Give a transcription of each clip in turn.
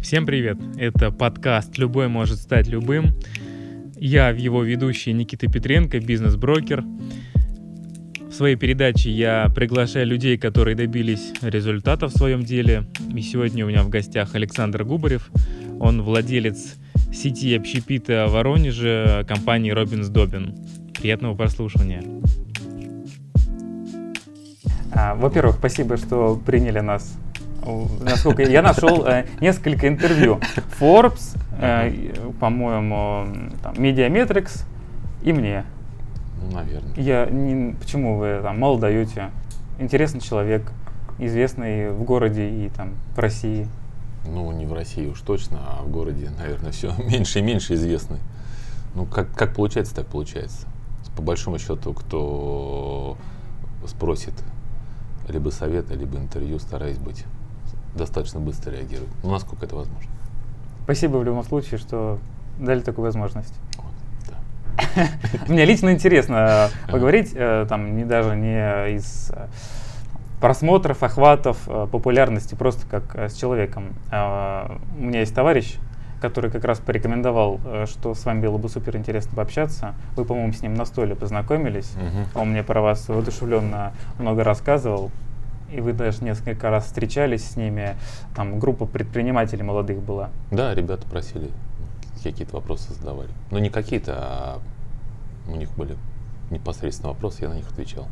Всем привет! Это подкаст «Любой может стать любым». Я его ведущий Никита Петренко, бизнес-брокер. В своей передаче я приглашаю людей, которые добились результата в своем деле. И сегодня у меня в гостях Александр Губарев. Он владелец сети общепита в Воронеже компании Робинс Добин. Приятного прослушивания. Во-первых, спасибо, что приняли нас. Насколько я нашел несколько интервью. Forbes, по-моему, Медиаметрикс и мне. Ну, наверное. Почему вы там мало даете? Интересный человек, известный в городе и там в России. Ну, не в России уж точно, а в городе, наверное, все меньше и меньше известный. Ну, как получается, так получается. По большому счету, кто спросит либо совета, либо интервью, стараюсь быть достаточно быстро реагировать. Ну, насколько это возможно. Спасибо в любом случае, что дали такую возможность. Вот, да. Мне лично интересно поговорить, даже не из просмотров, охватов, популярности, просто как с человеком. У меня есть товарищ, который как раз порекомендовал, что с вами было бы супер интересно пообщаться. Вы, по-моему, с ним на столе познакомились. Он мне про вас воодушевленно много рассказывал. И вы даже несколько раз встречались с ними. Там группа предпринимателей молодых была. Да, ребята просили, какие-то вопросы задавали. Ну, не какие-то, а у них были непосредственно вопросы, я на них отвечал.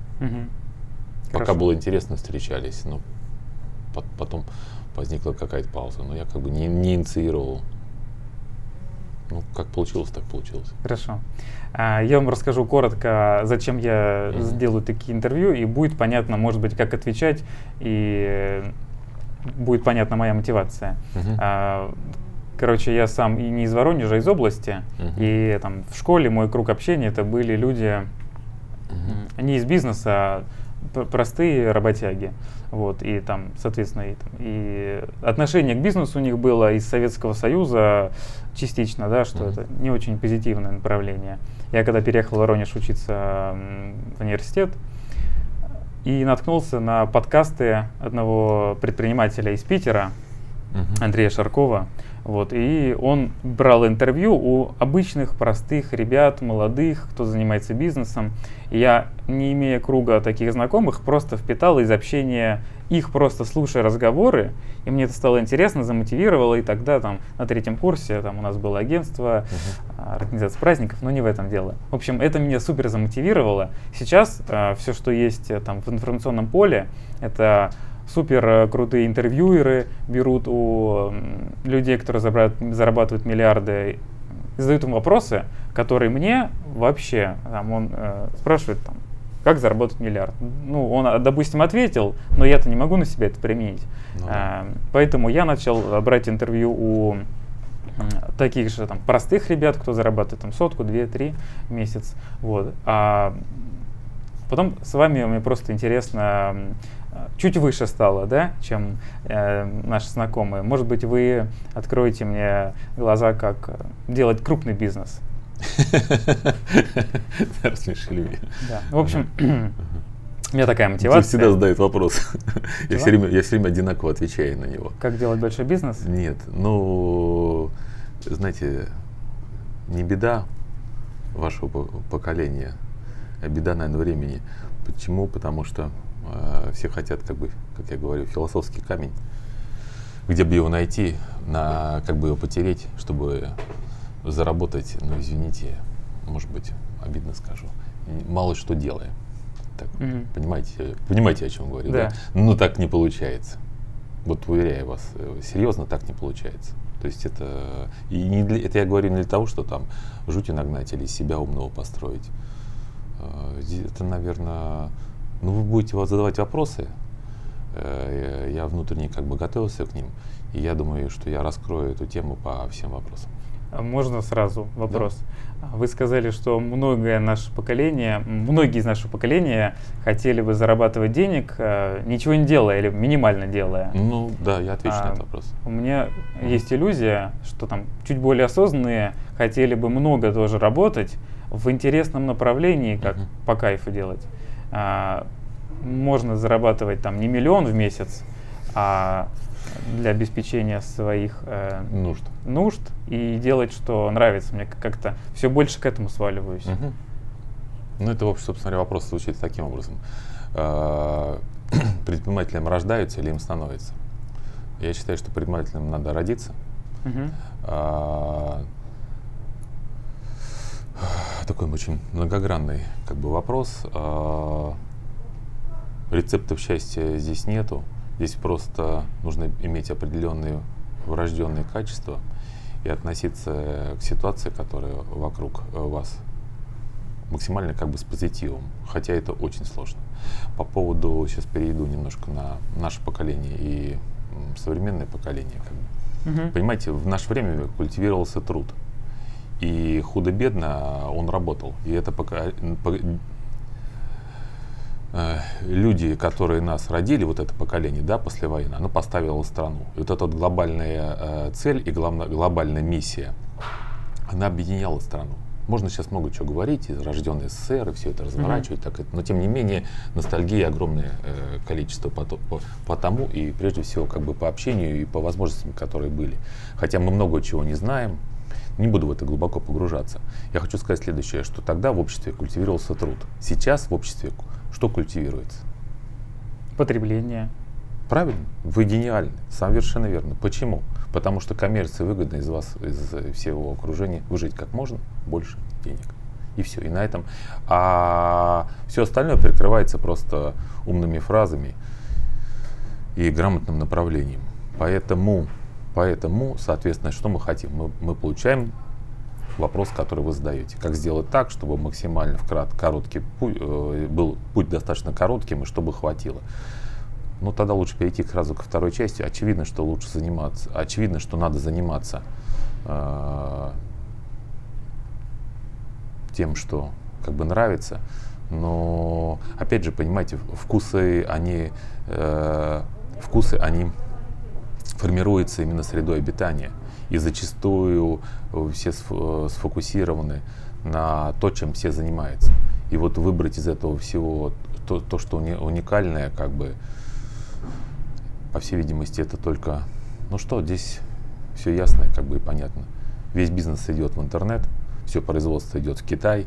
Пока было интересно, встречались. Но потом возникла какая-то пауза. Но я как бы не инициировал. Ну, как получилось, так получилось. Хорошо. Я вам расскажу коротко, зачем я сделаю такие интервью, и будет понятно, может быть, как отвечать, и будет понятна моя мотивация. Короче, я сам и не из Воронежа, а из области, и там в школе мой круг общения это были люди не из бизнеса, а простые работяги. Вот, и там, соответственно, и отношение к бизнесу у них было из Советского Союза частично, да, что это не очень позитивное направление. Я когда переехал в Воронеж учиться в университет и наткнулся на подкасты одного предпринимателя из Питера, Андрея Шаркова. Вот, и он брал интервью у обычных, простых ребят, молодых, кто занимается бизнесом. И я, не имея круга таких знакомых, просто впитал из общения их, просто слушая разговоры. И мне это стало интересно, замотивировало. И тогда там на третьем курсе там у нас было агентство, организация праздников, но не в этом дело. В общем, это меня супер замотивировало. Сейчас все, что есть там в информационном поле, это супер крутые интервьюеры берут у людей, которые зарабатывают миллиарды, и задают им вопросы, которые мне вообще, он спрашивает, как заработать миллиард. Ну, он, допустим, ответил, но я-то не могу на себя это применить. Поэтому я начал брать интервью у таких же простых ребят, кто зарабатывает 100, 2, 3 в месяц. Вот. А потом с вами мне просто интересно, чуть выше стало, да, чем наши знакомые. Может быть, вы откроете мне глаза, как делать крупный бизнес. Рассмешили меня. Да. В общем, у меня такая мотивация. Ты всегда задают вопрос. Я все время одинаково отвечаю на него. Как делать большой бизнес? Нет, ну, знаете, не беда вашего поколения, а беда, наверное, времени. Почему? Потому что все хотят, как я говорю, философский камень, где бы его найти, как бы его потереть, чтобы заработать, ну, извините, может быть, обидно скажу, мало что делая. Так, понимаете, о чем говорю, да? Но так не получается. Вот уверяю вас, серьезно так не получается. То есть это я говорю не для того, что там жути нагнать или себя умного построить. Это, наверное, вы будете задавать вопросы, я внутренне готовился к ним, и я думаю, что я раскрою эту тему по всем вопросам. Можно сразу вопрос? Да. Вы сказали, что многие из нашего поколения хотели бы зарабатывать денег, ничего не делая или минимально делая. Ну да, я отвечу на этот вопрос. У меня есть иллюзия, что чуть более осознанные хотели бы много тоже работать в интересном направлении, как по кайфу делать. Можно зарабатывать не 1 000 000 в месяц, а для обеспечения своих нужд и делать, что нравится. Мне как-то все больше к этому сваливаюсь. Ну, это, в общем, собственно говоря, вопрос звучит таким образом. Предпринимателем рождаются или им становятся? Я считаю, что предпринимателем надо родиться. Такой очень многогранный вопрос. Рецептов счастья здесь нету. Здесь просто нужно иметь определенные врожденные качества и относиться к ситуации, которая вокруг вас, максимально с позитивом. Хотя это очень сложно. По поводу, сейчас перейду немножко на наше поколение и современное поколение. Понимаете, в наше время культивировался труд. И худо-бедно он работал. И это люди, которые нас родили, вот это поколение, да, послевоенное, оно поставило страну. И вот эта вот глобальная цель и глобальная миссия, она объединяла страну. Можно сейчас много чего говорить, рожденный СССР, и все это разворачивать, но тем не менее ностальгии огромное количество по тому, и прежде всего по общению и по возможностям, которые были. Хотя мы много чего не знаем, не буду в это глубоко погружаться. Я хочу сказать следующее, что тогда в обществе культивировался труд. Сейчас в обществе что культивируется? Потребление. Правильно? Вы гениальны. Совершенно верно. Почему? Потому что коммерции выгодно из вас, из всего окружения выжить как можно больше денег. И все. И на этом. А все остальное прикрывается просто умными фразами и грамотным направлением. Поэтому, соответственно, что мы хотим? Мы получаем вопрос, который вы задаете. Как сделать так, чтобы максимально короткий путь, был путь достаточно коротким и чтобы хватило. Ну, тогда лучше перейти сразу ко второй части. Очевидно, что лучше заниматься, очевидно, что надо заниматься тем, что нравится. Но, опять же, понимаете, вкусы, они формируются именно средой обитания. И зачастую все сфокусированы на то, чем все занимаются. И вот выбрать из этого всего то, что уникальное, по всей видимости, это только, здесь все ясно и понятно. Весь бизнес идет в интернет, все производство идет в Китай,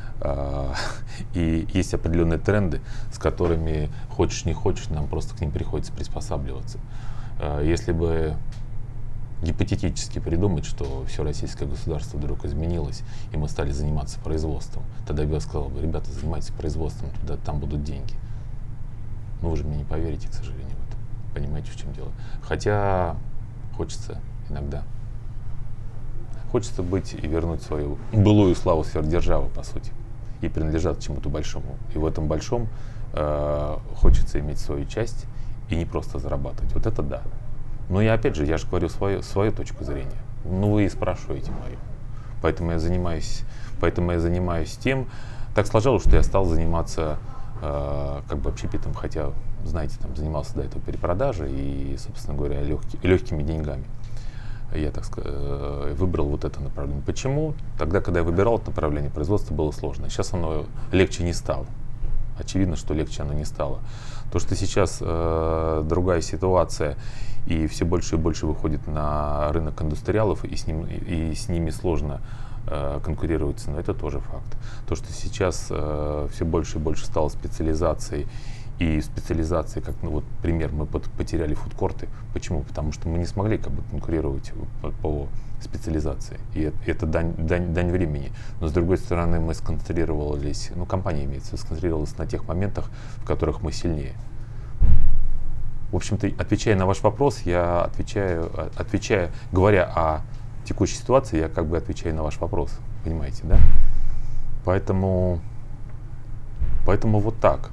и есть определенные тренды, с которыми хочешь не хочешь, нам просто к ним приходится приспосабливаться. Если бы гипотетически придумать, что все российское государство вдруг изменилось, и мы стали заниматься производством, тогда бы я сказал, ребята, занимайтесь производством, там будут деньги. Но вы же мне не поверите, к сожалению, в это. Понимаете, в чем дело? Хотя хочется иногда. Хочется быть и вернуть свою былую славу сверхдержавы, по сути, и принадлежать чему-то большому. И в этом большом хочется иметь свою часть и не просто зарабатывать. Вот это да. Но я опять же, говорю свою точку зрения. Вы и спрашиваете мою. Поэтому я занимаюсь тем. Так сложилось, что я стал заниматься общепитом, хотя, знаете, занимался до этого перепродажей и, собственно говоря, легкими деньгами. Я, так сказать, выбрал вот это направление. Почему? Тогда, когда я выбирал это направление, производство было сложно. Сейчас оно легче не стало. Очевидно, что легче оно не стало. То, что сейчас другая ситуация, и все больше и больше выходит на рынок индустриалов, и с ними сложно конкурировать, но это тоже факт. То, что сейчас все больше и больше стало специализацией, и в специализации, пример, мы потеряли фудкорты. Почему? Потому что мы не смогли конкурировать по специализации. И это дань времени. Но с другой стороны, мы сконцентрировались, компания имеется, сконцентрировалась на тех моментах, в которых мы сильнее. В общем-то, отвечая на ваш вопрос, я отвечаю, говоря о текущей ситуации, я отвечаю на ваш вопрос. Понимаете, да? Поэтому вот так.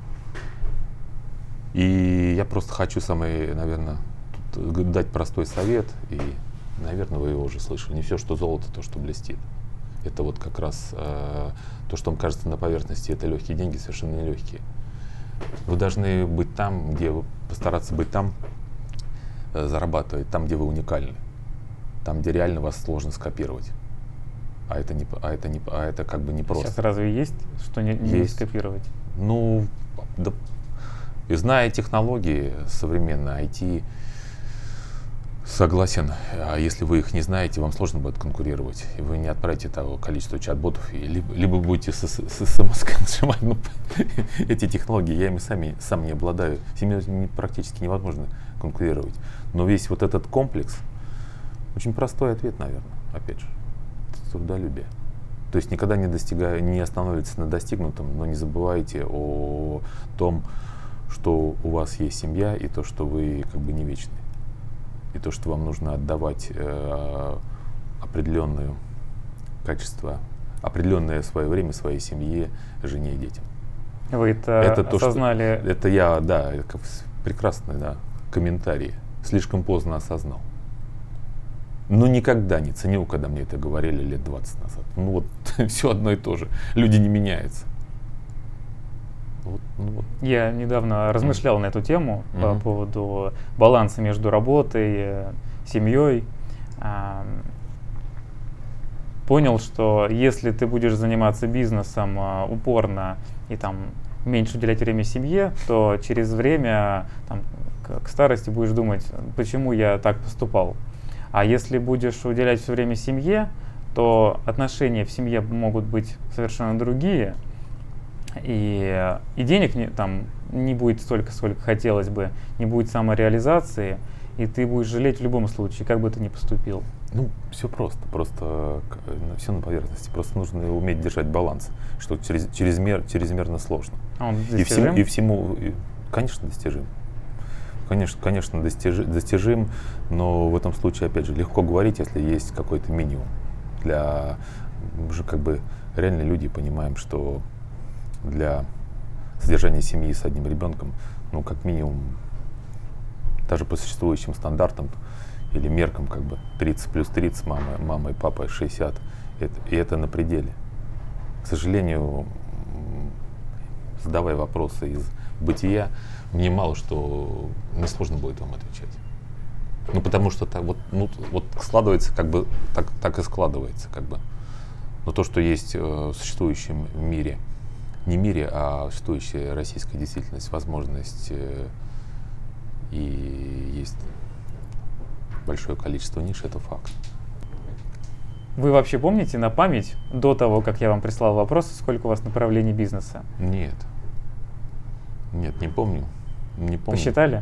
И я просто хочу наверное, тут дать простой совет, и, наверное, вы его уже слышали. Не все, что золото, то, что блестит. Это вот как раз то, что вам кажется на поверхности, это легкие деньги, совершенно не легкие. Вы должны быть там, постараться быть там, зарабатывать, там, где вы уникальны. Там, где реально вас сложно скопировать. А это не просто. Сейчас разве есть, что не скопировать? Да, И зная технологии современной IT, согласен, а если вы их не знаете, вам сложно будет конкурировать, и вы не отправите того количества чат-ботов, либо будете с смс-кой нажимать. Ну, эти технологии, я ими сам не обладаю, с ними практически невозможно конкурировать. Но весь вот этот комплекс, очень простой ответ, наверное, опять же, трудолюбие. То есть никогда не останавливайтесь на достигнутом, но не забывайте о том, что у вас есть семья, и то, что вы как бы не вечны. И то, что вам нужно отдавать определенное качество, определенное свое время своей семье, жене и детям. Вы это осознали? То, что, это я, да, прекрасный, да, комментарий. Слишком поздно осознал. Но никогда не ценил, когда мне это говорили лет 20 назад. Ну вот, все одно и то же. Люди не меняются. Вот. Я недавно размышлял на эту тему по поводу баланса между работой, семьей. Понял, что если ты будешь заниматься бизнесом упорно и там меньше уделять время семье, то через время там, к старости будешь думать, почему я так поступал. А если будешь уделять все время семье, то отношения в семье могут быть совершенно другие. И денег там не будет столько, сколько хотелось бы, не будет самореализации, и ты будешь жалеть в любом случае, как бы ты ни поступил. Ну, все просто все на поверхности. Просто нужно уметь держать баланс, что чрезмерно сложно. А он достижим? И всему, конечно, достижим. Конечно, достижим, но в этом случае, опять же, легко говорить, если есть какой-то минимум. Мы же как бы реально люди понимаем, что для содержания семьи с одним ребенком, ну, как минимум, даже по существующим стандартам или меркам, как бы 30 плюс 30, мама и папа 60, и это на пределе. К сожалению, задавая вопросы из бытия, мне мало что, мне сложно будет вам отвечать. Ну, потому что так вот складывается, как бы, так и складывается, как бы. Но то, что есть в существующем мире, не мире, а существующая российская действительность, возможность и есть большое количество ниш, это факт. Вы вообще помните на память, до того, как я вам прислал вопросы, сколько у вас направлений бизнеса? Нет, не помню. Посчитали?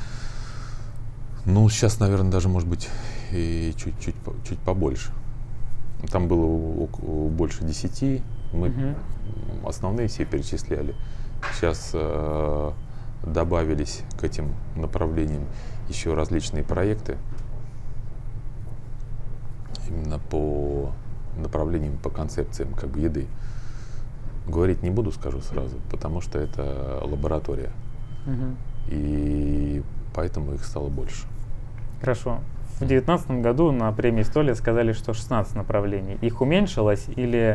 Ну, сейчас, наверное, даже, может быть, и чуть побольше. Там было больше 10. Мы основные все перечисляли. Сейчас добавились к этим направлениям еще различные проекты. Именно по направлениям, по концепциям как бы еды. Говорить не буду, скажу сразу, потому что это лаборатория. И поэтому их стало больше. Хорошо. В 2019 году на премии Столя сказали, что 16 направлений. Их уменьшилось или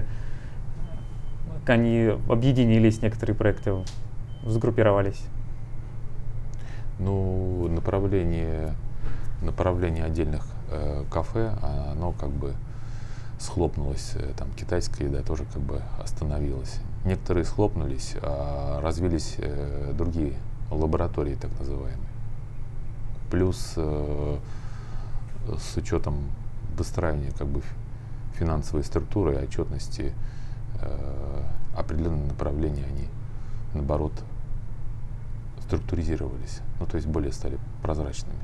они объединились, некоторые проекты сгруппировались? Ну, направление отдельных кафе, оно как бы схлопнулось, там китайская еда тоже как бы остановилась. Некоторые схлопнулись, а развились другие лаборатории, так называемые. Плюс с учетом выстраивания как бы финансовой структуры и отчетности определенные направления, они наоборот структуризировались, ну то есть более стали прозрачными.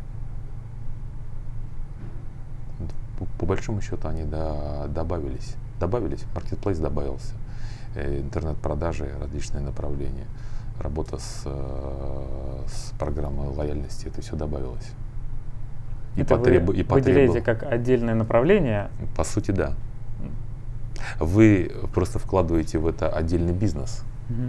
По большому счету они добавились, маркетплейс добавился, интернет-продажи, различные направления, работа с программой лояльности, это все добавилось. Это вы выделяете как отдельное направление? По сути, да. Вы просто вкладываете в это отдельный бизнес,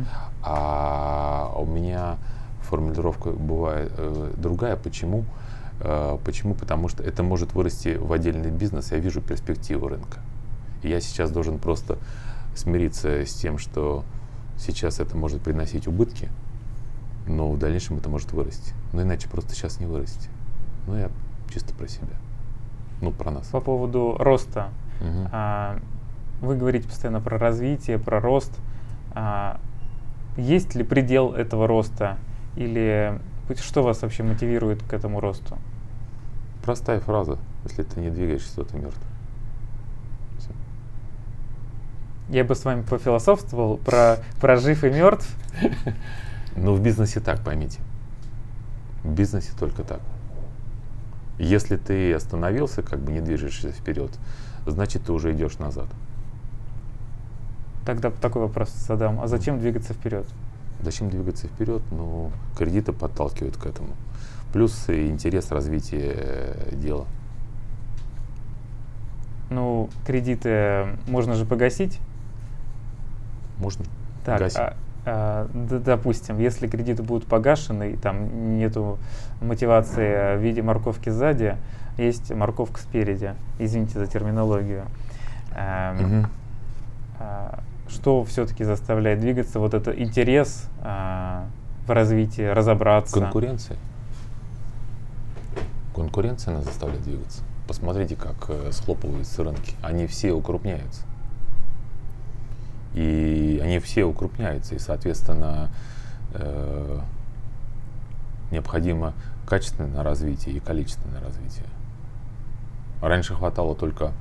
а у меня формулировка бывает другая. Почему? Потому что это может вырасти в отдельный бизнес, я вижу перспективу рынка. И я сейчас должен просто смириться с тем, что сейчас это может приносить убытки, но в дальнейшем это может вырасти. Но иначе просто сейчас не вырасти. Ну, я чисто про себя. Ну, про нас. По поводу роста. Вы говорите постоянно про развитие, про рост. Есть ли предел этого роста? Или что вас вообще мотивирует к этому росту? Простая фраза. Если ты не двигаешься, то ты мертв. Все. Я бы с вами пофилософствовал про жив и мертв. Но в бизнесе так, поймите. В бизнесе только так. Если ты остановился, как бы не движешься вперед, значит, ты уже идешь назад. Тогда такой вопрос задам. А зачем двигаться вперед? Зачем двигаться вперед? Ну, кредиты подталкивают к этому. Плюс интерес развития дела. Ну, кредиты можно же погасить. Можно Так, гасить. допустим, если кредиты будут погашены, и там нету мотивации в виде морковки сзади, есть морковка спереди. Извините за терминологию. Что все-таки заставляет двигаться? Вот это интерес в развитии, разобраться. Конкуренция. Конкуренция нас заставляет двигаться. Посмотрите, как схлопываются рынки. Они все укрупняются. И они все укрупняются. И, соответственно, необходимо качественное развитие и количественное развитие. Раньше хватало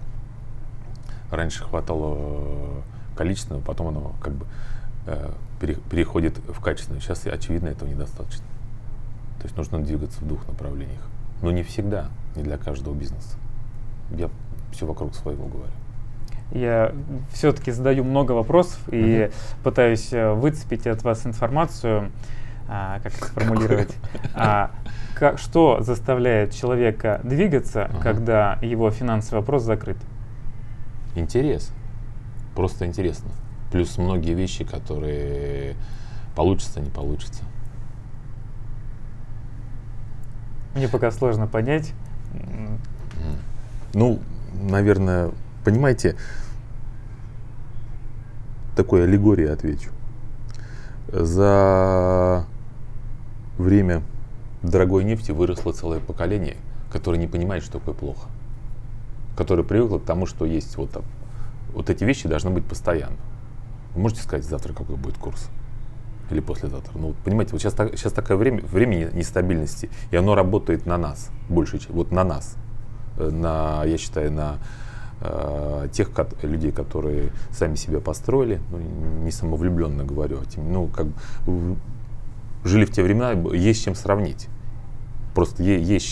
количественного, потом оно как бы переходит в качественное. Сейчас, очевидно, этого недостаточно. То есть нужно двигаться в двух направлениях. Но не всегда, не для каждого бизнеса. Я все вокруг своего говорю. Я все-таки задаю много вопросов и пытаюсь выцепить от вас информацию, как это сформулировать. Что заставляет человека двигаться, когда его финансовый вопрос закрыт? Интерес. Просто интересно. Плюс многие вещи, которые получится, не получится. Мне пока сложно понять. Ну, наверное, понимаете, такой аллегорией отвечу. За время дорогой нефти выросло целое поколение, которое не понимает, что такое плохо. Которое привыкло к тому, что есть вот так. Вот эти вещи должны быть постоянно. Вы можете сказать завтра, какой будет курс? Или послезавтра? Ну, понимаете, вот сейчас такое время нестабильности, и оно работает на нас, больше, вот на нас. Я считаю, на тех людей, которые сами себя построили, ну, не самовлюбленно говорю, ну, как бы, жили в те времена, есть с чем сравнить. Просто есть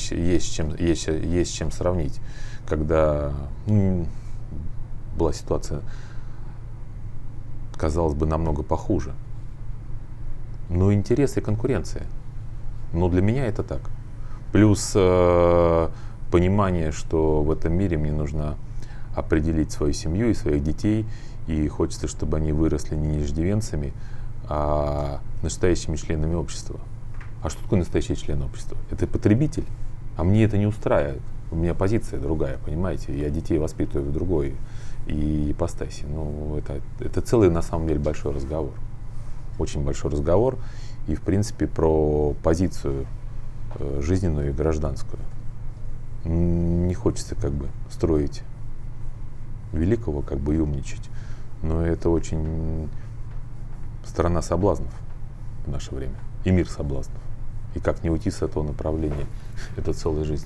с чем сравнить. Когда была ситуация, казалось бы, намного похуже. Но интерес и конкуренция. Но для меня это так. Плюс понимание, что в этом мире мне нужно определить свою семью и своих детей, и хочется, чтобы они выросли не иждивенцами, а настоящими членами общества. А что такое настоящий член общества? Это потребитель, а мне это не устраивает. У меня позиция другая, понимаете? Я детей воспитываю в другой ипостаси. Ну, это целый, на самом деле, большой разговор. Очень большой разговор. И, в принципе, про позицию жизненную и гражданскую. Не хочется как бы строить великого, как бы и умничать. Но это очень страна соблазнов в наше время. И мир соблазнов. И как не уйти с этого направления, это целая жизнь.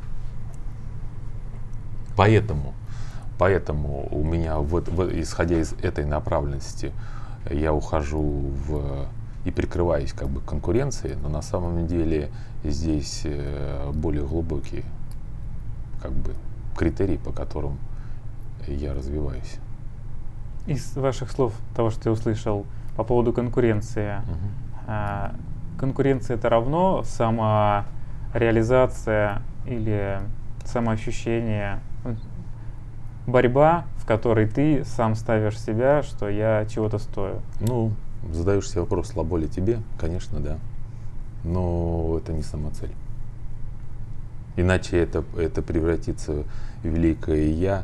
Поэтому у меня, исходя из этой направленности, я ухожу и прикрываюсь как бы конкуренцией, но на самом деле здесь более глубокие как бы критерии, по которым я развиваюсь. Из ваших слов, того, что я услышал по поводу конкуренции, конкуренция — это равно самореализация или самоощущение, борьба, в которой ты сам ставишь себя, что я чего-то стою. Ну, задаешь себе вопрос, слабо ли тебе? Конечно, да. Но это не самоцель. Иначе это превратится в великое я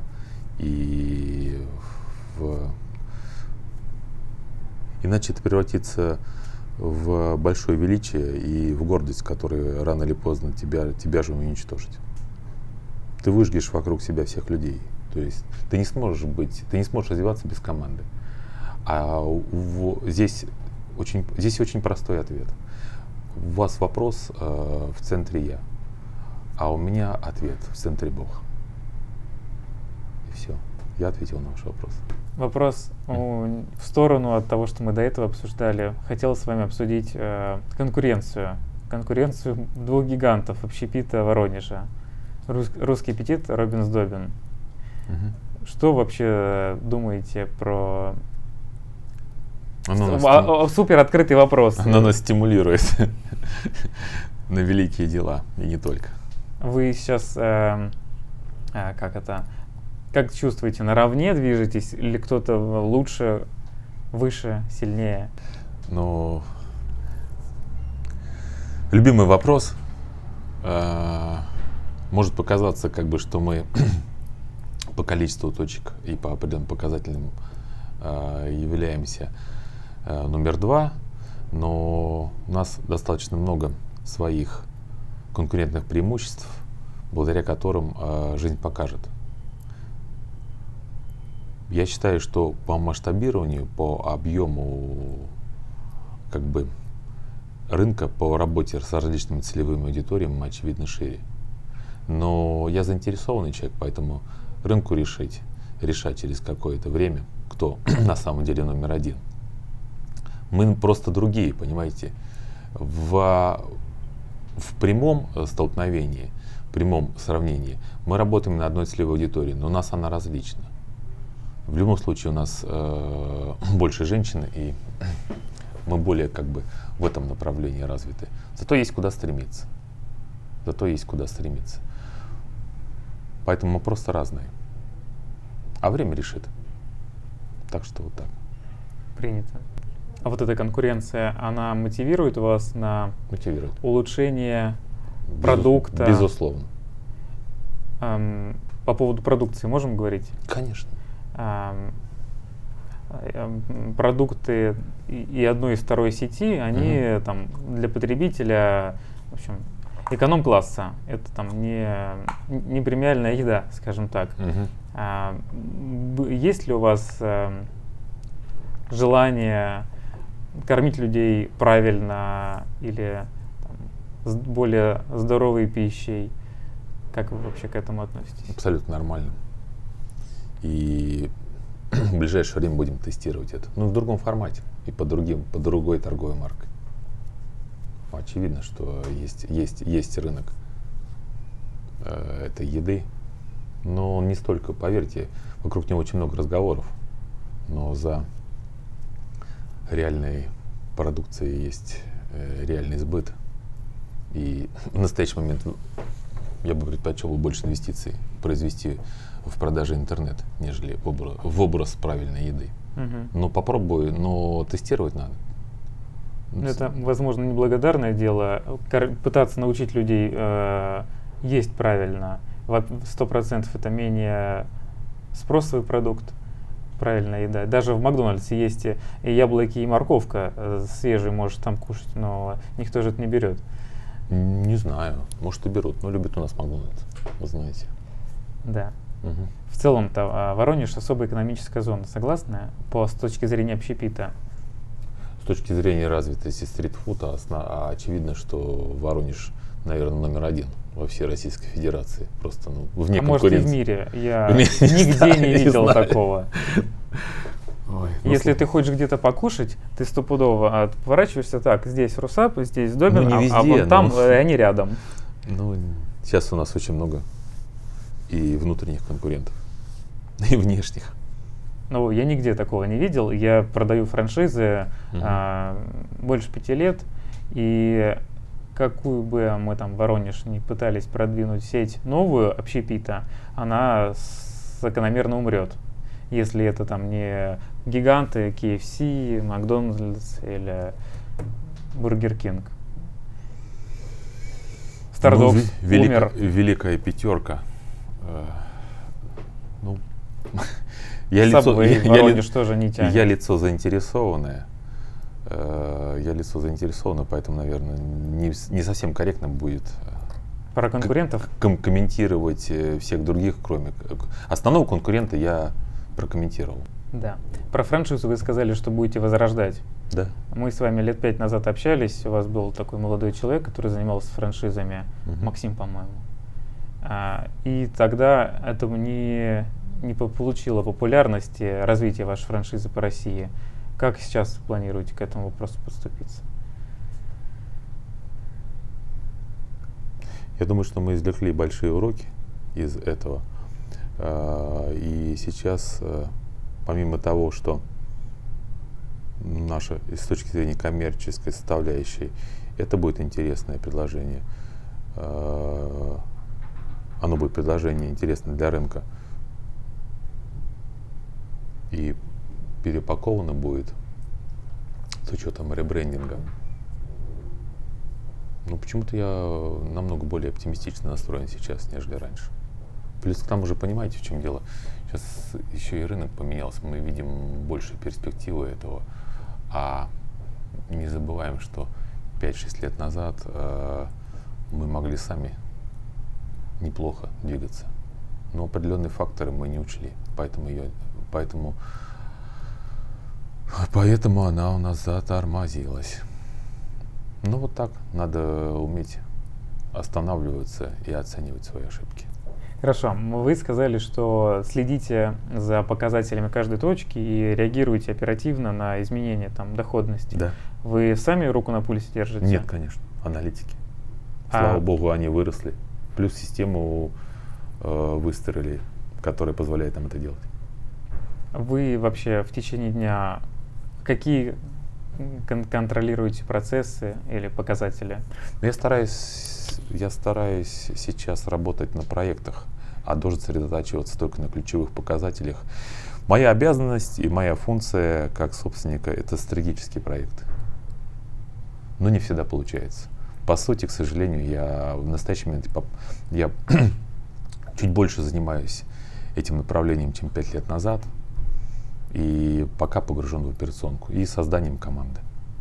иначе это превратится в большое величие и в гордость, которая рано или поздно тебя же уничтожит. Ты выжгешь вокруг себя всех людей. То есть ты не сможешь развиваться без команды. А здесь очень простой ответ. у вас вопрос в центре я, а у меня ответ в центре Бог. И все. Я ответил на ваш вопрос. Вопрос в сторону от того, что мы до этого обсуждали. Хотел с вами обсудить конкуренцию. Конкуренцию двух гигантов общепита Воронежа. Русский аппетит, Робинс Добин. Что вообще думаете про... Супер открытый вопрос. Оно нас стимулирует на великие дела, и не только. Вы сейчас, как чувствуете, наравне движетесь, или кто-то лучше, выше, сильнее? Ну, любимый вопрос. Может показаться, как бы, что мы по количеству точек и по определенным показателям являемся номер 2, но у нас достаточно много своих конкурентных преимуществ, благодаря которым жизнь покажет. Я считаю, что по масштабированию, по объему как бы рынка, по работе с различными целевыми аудиториями мы, очевидно, шире. Но я заинтересованный человек, поэтому рынку решать через какое-то время, кто на самом деле номер 1. Мы просто другие, понимаете. В прямом столкновении, в прямом сравнении мы работаем на одной целевой аудитории, но у нас она различна. В любом случае у нас больше женщин, и мы более как бы в этом направлении развиты. Зато есть куда стремиться. Поэтому мы просто разные. А время решит. Так что вот так. Принято. А вот эта конкуренция, она мотивирует вас на улучшение продукта? Безусловно. По поводу продукции можем говорить? Конечно. Продукты и одной, и второй сети, они там для потребителя, в общем, эконом-класса. Это там не премиальная еда, скажем так. Есть ли у вас желание кормить людей правильно или там, более здоровой пищей? Как вы вообще к этому относитесь? Абсолютно нормально. И в ближайшее время будем тестировать это. Но в другом формате и по другой торговой маркой. Очевидно, что есть рынок этой еды, но он не столько, поверьте, вокруг него очень много разговоров, но за реальной продукцией есть реальный сбыт. И в настоящий момент я бы предпочел больше инвестиций произвести в продаже интернет, нежели в образ правильной еды. Но попробую, но тестировать надо. Это, возможно, неблагодарное дело, пытаться научить людей есть правильно. 100% это менее спросовый продукт, правильная еда. Даже в Макдональдсе есть и яблоки, и морковка свежие, можешь там кушать, но никто же это не берет. Не знаю, может и берут, но любят у нас Макдональдс, вы знаете. Да. В целом-то Воронеж особая экономическая зона, согласны? С точки зрения общепита. С точки зрения развитости стритфуда, очевидно, что Воронеж, наверное, номер 1 во всей Российской Федерации. Просто вне конкуренции. Может, и в мире. Я нигде не видел такого. Если ты хочешь где-то покушать, ты стопудово поворачиваешься так. Здесь Русап, здесь Добин, а вот там они рядом. Сейчас у нас очень много и внутренних конкурентов, и внешних. Ну, я нигде такого не видел. Я продаю франшизы больше 5 лет, и какую бы мы там в Воронеж не пытались продвинуть сеть новую общепита, она закономерно умрет. Если это там не гиганты KFC, Макдональдс или Бургер Кинг. Стардокс умер. Великая пятерка. Я лицо заинтересованное. Поэтому, наверное, не совсем корректно будет про конкурентов комментировать всех других, кроме основного конкурента я прокомментировал. Да. Про франшизу вы сказали, что будете возрождать. Да. Мы с вами лет 5 назад общались, у вас был такой молодой человек, который занимался франшизами, Максим, по-моему. И тогда это не получило популярности, развитие вашей франшизы по России. Как сейчас планируете к этому вопросу подступиться? Я думаю, что мы извлекли большие уроки из этого. И сейчас, помимо того, что наша, с точки зрения коммерческой составляющей, это будет интересное предложение. Оно будет предложение интересное для рынка. И перепаковано будет с учетом ребрендинга. Но почему-то я намного более оптимистично настроен сейчас, нежели раньше. Плюс к тому же, понимаете, в чем дело? Сейчас еще и рынок поменялся, мы видим большие перспективы этого. А не забываем, что 5-6 лет назад мы могли сами неплохо двигаться. Но определенные факторы мы не учли. Поэтому она у нас затормозилась. Ну вот так, надо уметь останавливаться и оценивать свои ошибки. Хорошо, вы сказали, что следите за показателями каждой точки и реагируете оперативно на изменения там, доходности. Да. Вы сами руку на пульсе держите? Нет, конечно, аналитики. Слава богу, они выросли. Плюс систему выстроили, которая позволяет нам это делать. Вы вообще в течение дня какие контролируете процессы или показатели? Я стараюсь сейчас работать на проектах, а должен сосредотачиваться только на ключевых показателях. Моя обязанность и моя функция как собственника — это стратегический проект. Но не всегда получается. По сути, к сожалению, я в настоящий момент чуть больше занимаюсь этим направлением, чем 5 лет назад. И пока погружен в операционку и созданием команды.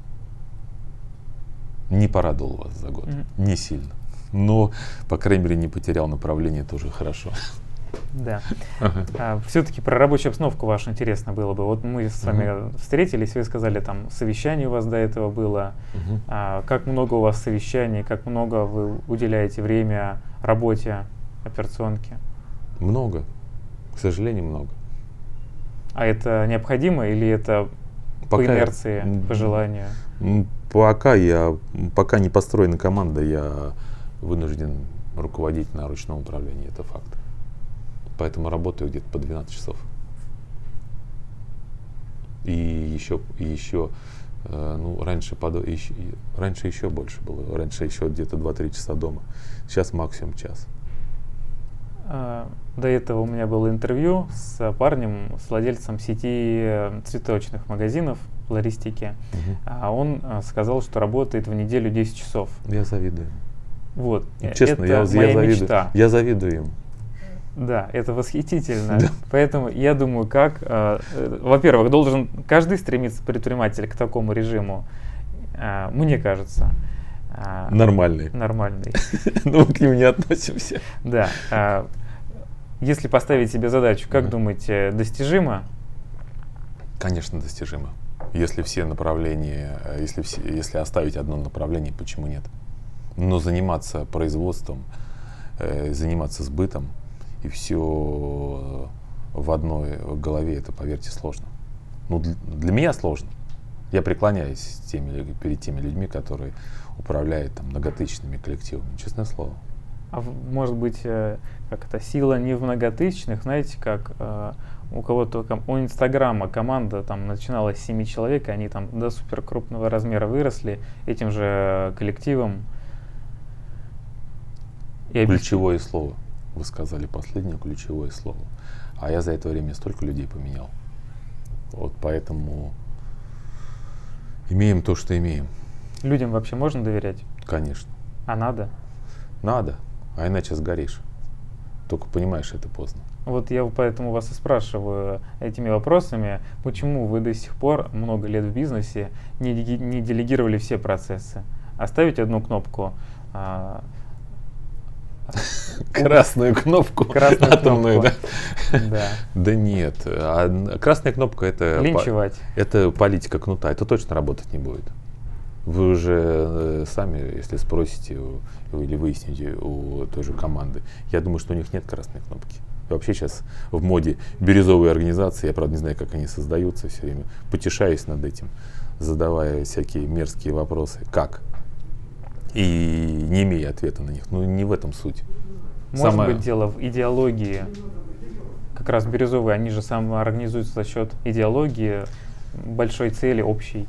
Не порадовал вас за год, не сильно. Но, по крайней мере, не потерял направление, тоже хорошо. Да. Все-таки про рабочую обстановку вашу интересно было бы. Вот мы с вами встретились, вы сказали, там совещание у вас до этого было. Как много у вас совещаний, как много вы уделяете время работе операционки? Много. К сожалению, много. А это необходимо или это по инерции, по желанию? Пока не построена команда, я вынужден руководить на ручном управлении, это факт. Поэтому работаю где-то по 12 часов. И еще раньше еще больше было. Раньше еще где-то 2-3 часа дома. Сейчас максимум час. До этого у меня было интервью с парнем, с владельцем сети цветочных магазинов, флористики. Он сказал, что работает в неделю 10 часов. Я завидую. Вот. Честно, это моя мечта. Я завидую им. Да, это восхитительно. Да. Поэтому я думаю, во-первых, должен каждый стремиться, предприниматель, к такому режиму, мне кажется. Нормальный. Но мы к нему не относимся. Да. Если поставить себе задачу, как думаете, достижимо? Конечно, достижимо. Если все направления, если оставить одно направление, почему нет? Но заниматься производством, заниматься сбытом и все в одной голове, это, поверьте, сложно. Для меня сложно. Я преклоняюсь перед теми людьми, которые управляют многотысячными коллективами, честное слово. А может быть, сила не в многотысячных, знаете, как у кого-то, у Инстаграма команда начиналась с 7 человек, и они до супер крупного размера выросли этим же коллективом. Ключевое слово. Вы сказали последнее ключевое слово. А я за это время столько людей поменял. Вот поэтому имеем то, что имеем. Людям вообще можно доверять? Конечно. А надо? Надо, а иначе сгоришь. Только понимаешь, это поздно. Вот я поэтому вас и спрашиваю этими вопросами, почему вы до сих пор много лет в бизнесе не делегировали все процессы? Оставить одну кнопку, красную кнопку атомную, да? Да. Да нет. Красная кнопка Линчевать. Это политика кнута. Это точно работать не будет. Вы уже сами, если спросите или выясните у той же команды, я думаю, что у них нет красной кнопки. И вообще сейчас в моде бирюзовые организации, я правда не знаю, как они создаются, все время потешаюсь над этим, задавая всякие мерзкие вопросы. Как? И не имея ответа на них. Ну, не в этом суть. Может быть, дело в идеологии. Как раз бирюзовые, они же самоорганизуются за счет идеологии, большой цели, общей.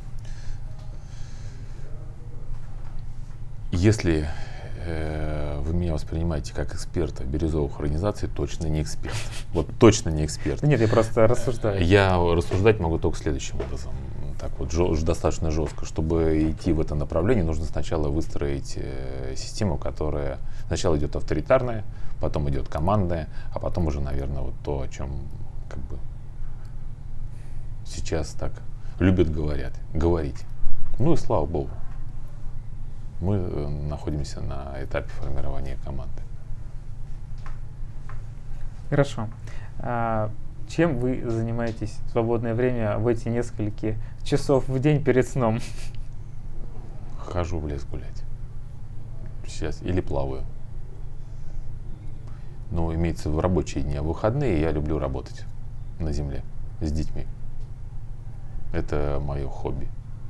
Если вы меня воспринимаете как эксперта бирюзовых организаций, точно не эксперт. Вот точно не эксперт. Нет, я просто рассуждаю. Я рассуждать могу только следующим образом. Так вот, достаточно жестко. Чтобы идти в это направление, нужно сначала выстроить систему, которая сначала идет авторитарная, потом идет командная, а потом уже, наверное, вот то, о чем как бы сейчас так любят говорить. Ну и слава богу. Мы находимся на этапе формирования команды. Хорошо. Чем вы занимаетесь в свободное время в эти несколько часов в день перед сном? Хожу в лес гулять. Сейчас. Или плаваю. Ну, имеется в рабочие дни, а в выходные я люблю работать на земле с детьми. Это мое хобби.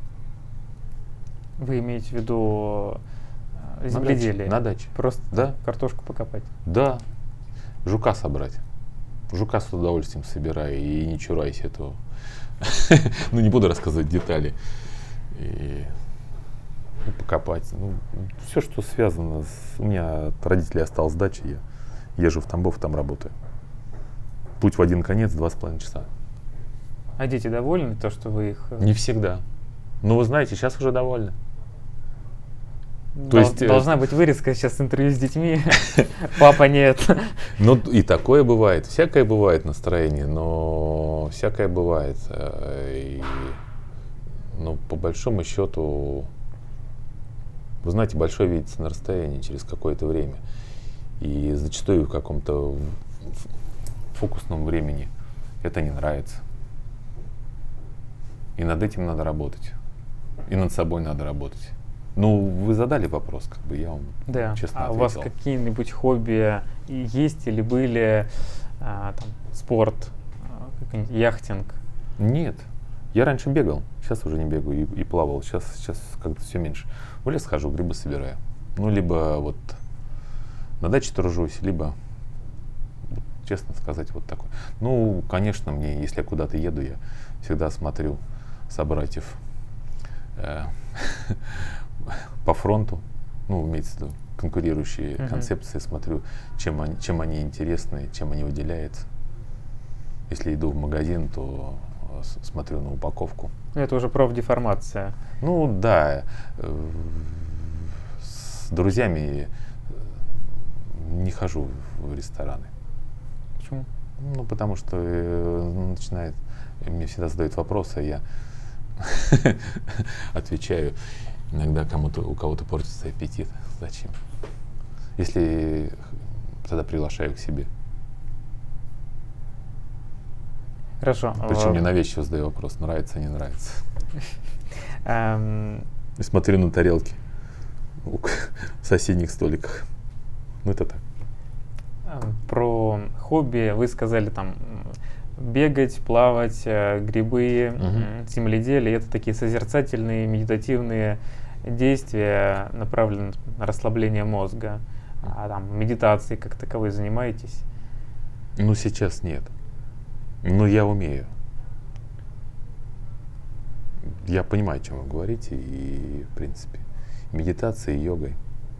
Вы имеете в виду земледелие? На даче. Просто да? Картошку покопать? Да. Жука собрать. Жука с удовольствием собираю и не чураюсь этого. Ну, не буду рассказывать детали. И покопать. Ну, все, что связано с... У меня от родителей осталась дача, я езжу в Тамбов, там работаю. Путь в один конец, 2,5 часа. А дети довольны, то, что вы их... Не всегда. Ну, вы знаете, сейчас уже довольны. То есть должна быть вырезка сейчас интервью с детьми. Папа нет. Ну и такое бывает. Всякое бывает настроение, но всякое бывает. Но по большому счету, вы знаете, большое видится на расстоянии через какое-то время. И зачастую в каком-то фокусном времени это не нравится. И над этим надо работать. И над собой надо работать. Ну, вы задали вопрос, как бы я вам честно ответил. У вас какие-нибудь хобби есть или были, там, спорт, яхтинг? Нет. Я раньше бегал, сейчас уже не бегаю и плавал. Сейчас как-то все меньше. В лес хожу, грибы собираю. Ну, либо вот на даче тружусь, либо, честно сказать, вот такой. Ну, конечно, мне, если я куда-то еду, я всегда смотрю собратьев по фронту, ну, имеется в виду конкурирующие концепции, смотрю, чем они интересны, чем они выделяются. Если иду в магазин, то смотрю на упаковку. Это уже профдеформация. Ну да, с друзьями не хожу в рестораны. Почему? Ну, потому что мне всегда задают вопросы, я отвечаю. Иногда у кого-то портится аппетит. Зачем? Если тогда приглашаю к себе. Хорошо. Причем ненавязчиво задаю вопрос, нравится, не нравится. И смотрю на тарелки в соседних столиках. Ну, это так. Про хобби вы сказали там бегать, плавать, грибы, земледелие. Это такие созерцательные, медитативные действия, направленные на расслабление мозга. А там медитацией как таковой занимаетесь? Ну, сейчас нет. Но я умею. Я понимаю, о чем вы говорите, и, в принципе, медитацией, йогой.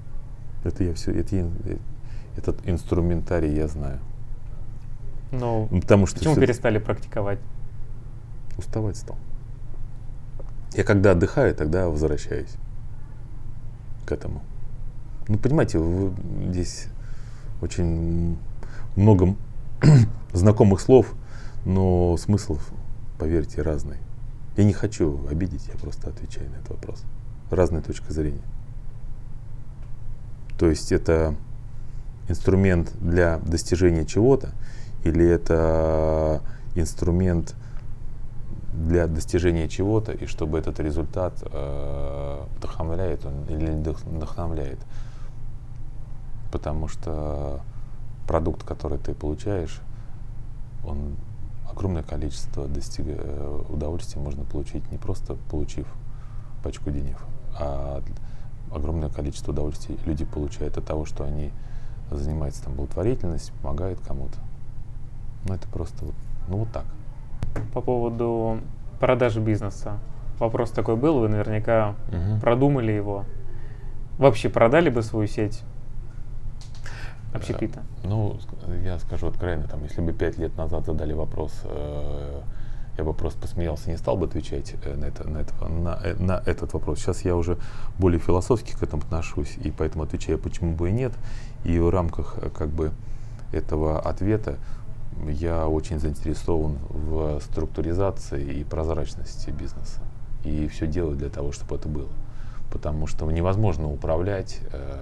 Этот инструментарий я знаю. Но потому что почему перестали практиковать? Уставать стал. Я когда отдыхаю, тогда возвращаюсь к этому. Ну, понимаете, здесь очень много знакомых слов, но смысл, поверьте, разный. Я не хочу обидеть, я просто отвечаю на этот вопрос. Разная точка зрения. То есть это инструмент для достижения чего-то, или это инструмент для достижения чего-то, и чтобы этот результат вдохновляет он или не вдохновляет. Потому что продукт, который ты получаешь, он огромное количество удовольствия можно получить, не просто получив пачку денег, а огромное количество удовольствия люди получают от того, что они занимаются там благотворительностью, помогают кому-то. Ну это просто вот так. По поводу продажи бизнеса. Вопрос такой был, вы наверняка продумали его. Вообще продали бы свою сеть общепита? Ну, я скажу откровенно, если бы 5 лет назад задали вопрос, я бы просто посмеялся, не стал бы отвечать на этот вопрос. Сейчас я уже более философски к этому отношусь, и поэтому отвечаю, почему бы и нет. И в рамках этого ответа я очень заинтересован в структуризации и прозрачности бизнеса. И все делаю для того, чтобы это было. Потому что невозможно управлять,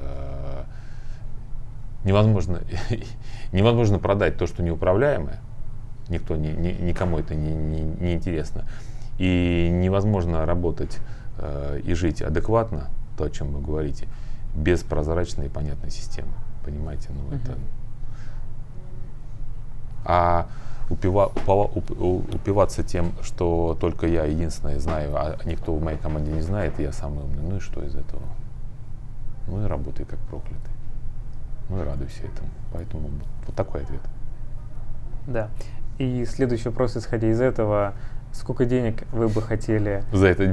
невозможно продать то, что неуправляемое. Никому это не интересно. И невозможно работать и жить адекватно, то, о чем вы говорите, без прозрачной и понятной системы. Понимаете? Это... А упиваться тем, что только я единственное знаю, а никто в моей команде не знает, и я самый умный, ну и что из этого? Ну и работай как проклятый. Ну и радуйся этому. Поэтому вот такой ответ. Да. И следующий вопрос, исходя из этого, сколько денег вы бы хотели? За это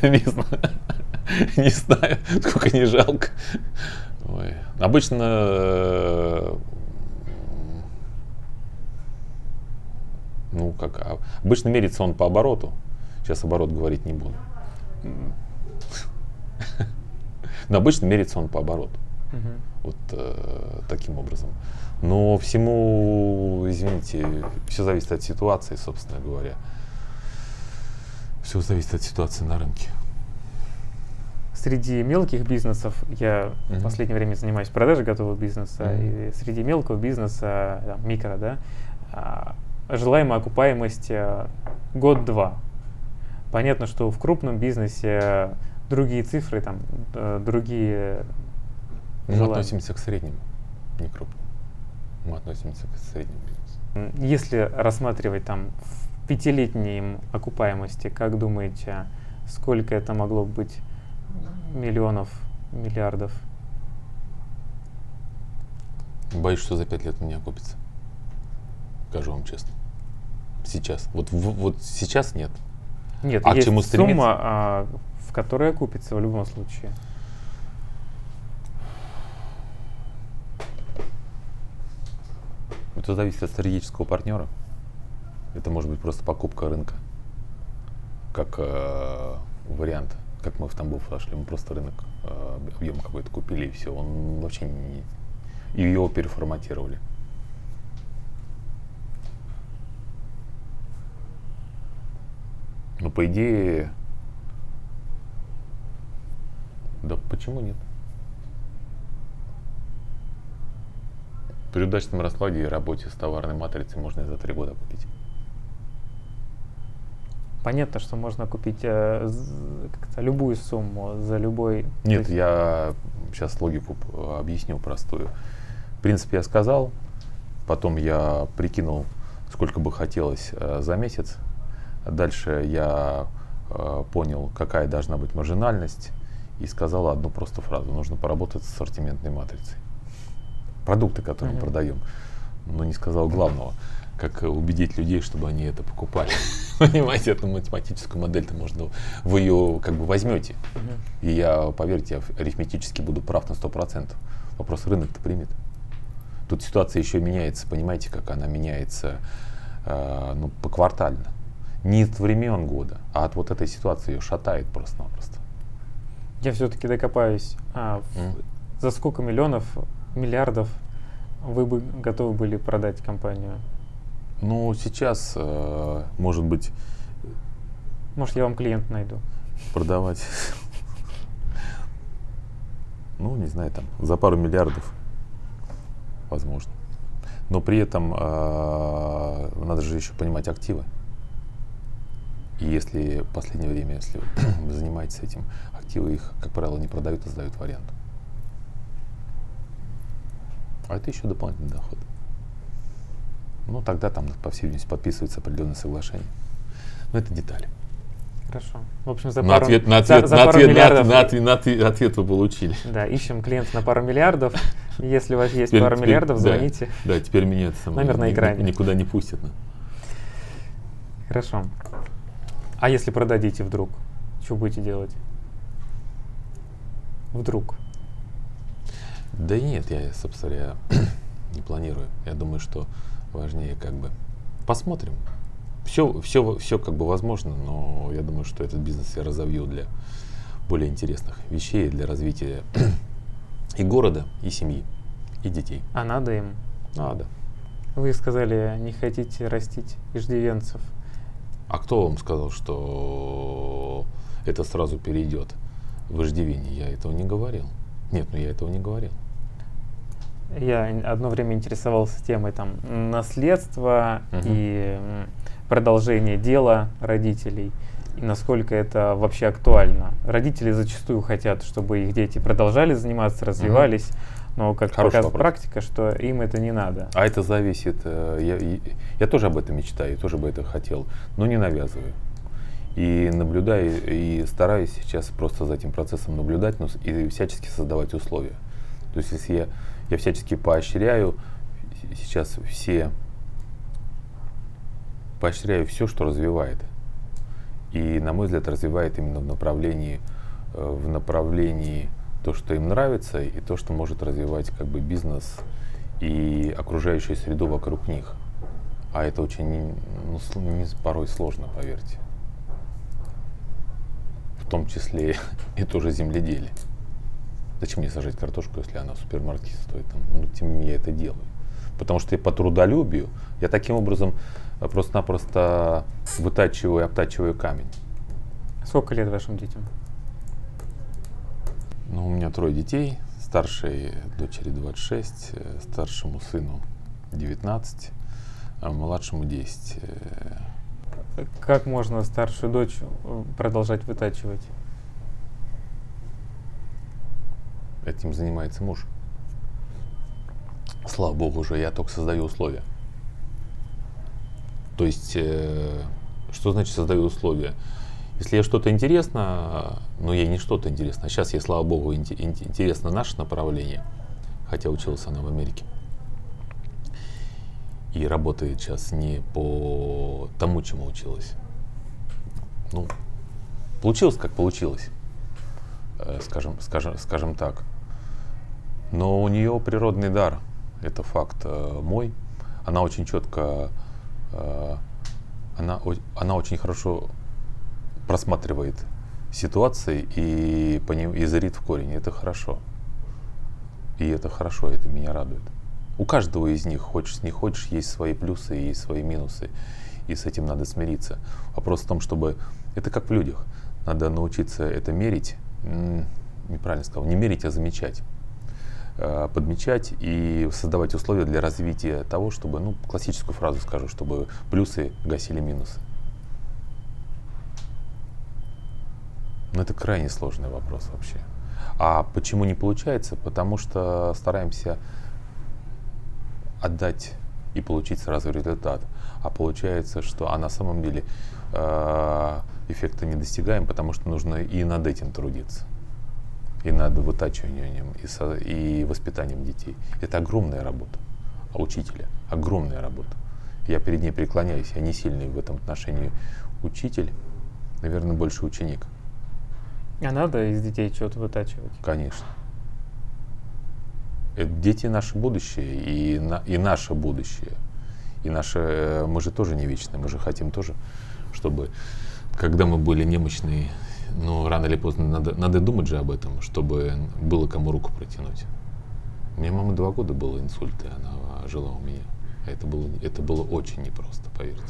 не знаю, сколько не жалко. Ой. Обычно, обычно мерится он по обороту. Сейчас оборот говорить не буду. Но обычно мерится он по обороту. Вот таким образом. Но всему, извините, все зависит от ситуации, собственно говоря. Все зависит от ситуации на рынке. Среди мелких бизнесов, я в последнее время занимаюсь продажей готового бизнеса, и среди мелкого бизнеса, микро, да, желаемая окупаемость год-два. Понятно, что в крупном бизнесе другие цифры, другие... Мы относимся к среднему, не крупному. Мы относимся к среднему бизнесу. Если рассматривать в 5-летней окупаемости, как думаете, сколько это могло быть миллионов, миллиардов? Боюсь, что за 5 лет он не окупится. Скажу вам честно. Сейчас. Вот сейчас нет. Нет, а есть к чему стремиться? Сумма, в которой окупится в любом случае. Это зависит от стратегического партнера. Это может быть просто покупка рынка. Как вариант. Как мы в Тамбов зашли. Мы просто рынок, объем какой-то купили, и все. Он вообще не... И его переформатировали. Но по идее... Да почему нет? При удачном раскладе и работе с товарной матрицей можно и за 3 года купить. Понятно, что можно купить любую сумму за любой... Нет, я сейчас логику объясню простую. В принципе, я сказал, потом я прикинул, сколько бы хотелось за месяц. Дальше я понял, какая должна быть маржинальность, и сказал одну простую фразу. Нужно поработать с ассортиментной матрицей. Продукты, которые мы продаем. Но не сказал главного, как убедить людей, чтобы они это покупали. Понимаете, эту математическую модель-то можно, вы ее возьмете. И я, поверьте, я арифметически буду прав на 100%. Вопрос, рынок-то примет. Тут ситуация еще меняется, понимаете, как она меняется поквартально. Не от времен года, а от вот этой ситуации ее шатает просто-напросто. Я все-таки докопаюсь. За сколько миллионов, миллиардов вы бы готовы были продать компанию? Ну, сейчас, может быть... Может, я вам клиент найду? Продавать. Ну, не знаю, за пару миллиардов. возможно. Но при этом надо же еще понимать активы. И если в последнее время, если вы занимаетесь этим, активы их, как правило, не продают, а сдают в аренду. А это еще дополнительный доход. Ну, тогда там, по всей видимости, подписывается определенное соглашение. Но это детали. Хорошо. В общем, за пару миллиардов... Ответ вы получили. Да, ищем клиента на пару миллиардов. Если у вас есть пару миллиардов, звоните. Да, теперь меня номер на экране. Никуда не пустят. Хорошо. А если продадите вдруг? Что будете делать? Вдруг? Да нет, я, собственно говоря, не планирую. Я думаю, что важнее как бы посмотрим. Все как бы возможно, но я думаю, что этот бизнес я разовью для более интересных вещей, для развития и города, и семьи, и детей. А надо им? Надо. Вы сказали, не хотите растить иждивенцев. А кто вам сказал, что это сразу перейдет в иждивение? Я этого не говорил. Нет, я этого не говорил. Я одно время интересовался темой там наследства и продолжения дела родителей, и насколько это вообще актуально. Родители зачастую хотят, чтобы их дети продолжали заниматься, развивались, но как показывает практика, что им это не надо. А это зависит, я тоже об этом мечтаю, тоже бы это хотел, но не навязываю. И наблюдаю, и стараюсь сейчас просто за этим процессом наблюдать, и всячески создавать условия. То есть если я всячески поощряю сейчас поощряю все, что развивает. И, на мой взгляд, развивает именно в направлении то, что им нравится, и то, что может развивать как бы бизнес и окружающую среду вокруг них. А это очень порой сложно, поверьте. В том числе и тоже земледелие. Зачем мне сажать картошку, если она в супермаркете стоит? Тем не менее я это делаю. Потому что я по трудолюбию, я таким образом просто-напросто вытачиваю, обтачиваю камень. Сколько лет вашим детям? У меня 3 детей. Старшей дочери 26, старшему сыну 19, а младшему 10. Как можно старшую дочь продолжать вытачивать? Этим занимается муж. Слава богу, уже я только создаю условия. То есть, что значит создаю условия? Если ей что-то интересно, ей не что-то интересно. А сейчас ей, слава богу, интересно наше направление, хотя училась она в Америке. И работает сейчас не по тому, чему училась. Получилось, как получилось, скажем так. Но у нее природный дар, это факт мой. Она очень четко, она очень хорошо просматривает ситуации и зрит в корень. Это хорошо. И это хорошо, это меня радует. У каждого из них, хочешь не хочешь, есть свои плюсы и свои минусы. И с этим надо смириться. Вопрос в том, чтобы... Это как в людях. Надо научиться это мерить. Неправильно сказал. Не мерить, а замечать. Подмечать и создавать условия для развития того, чтобы, классическую фразу скажу, чтобы плюсы гасили минусы. Но это крайне сложный вопрос вообще. А почему не получается? Потому что стараемся отдать и получить сразу результат. А получается, что на самом деле эффекта не достигаем, потому что нужно и над этим трудиться. И над вытачиванием, и воспитанием детей. Это огромная работа. А учителя огромная работа. Я перед ней преклоняюсь. Я не сильный в этом отношении учитель, наверное, больше ученик. А надо из детей что-то вытачивать? Конечно. Дети наше будущее, и наше будущее. И мы же тоже не вечны, мы же хотим тоже, чтобы, когда мы были немощные, рано или поздно надо думать же об этом, чтобы было кому руку протянуть. У меня мама 2 года было инсульт, и она жила у меня. Это было очень непросто, поверьте.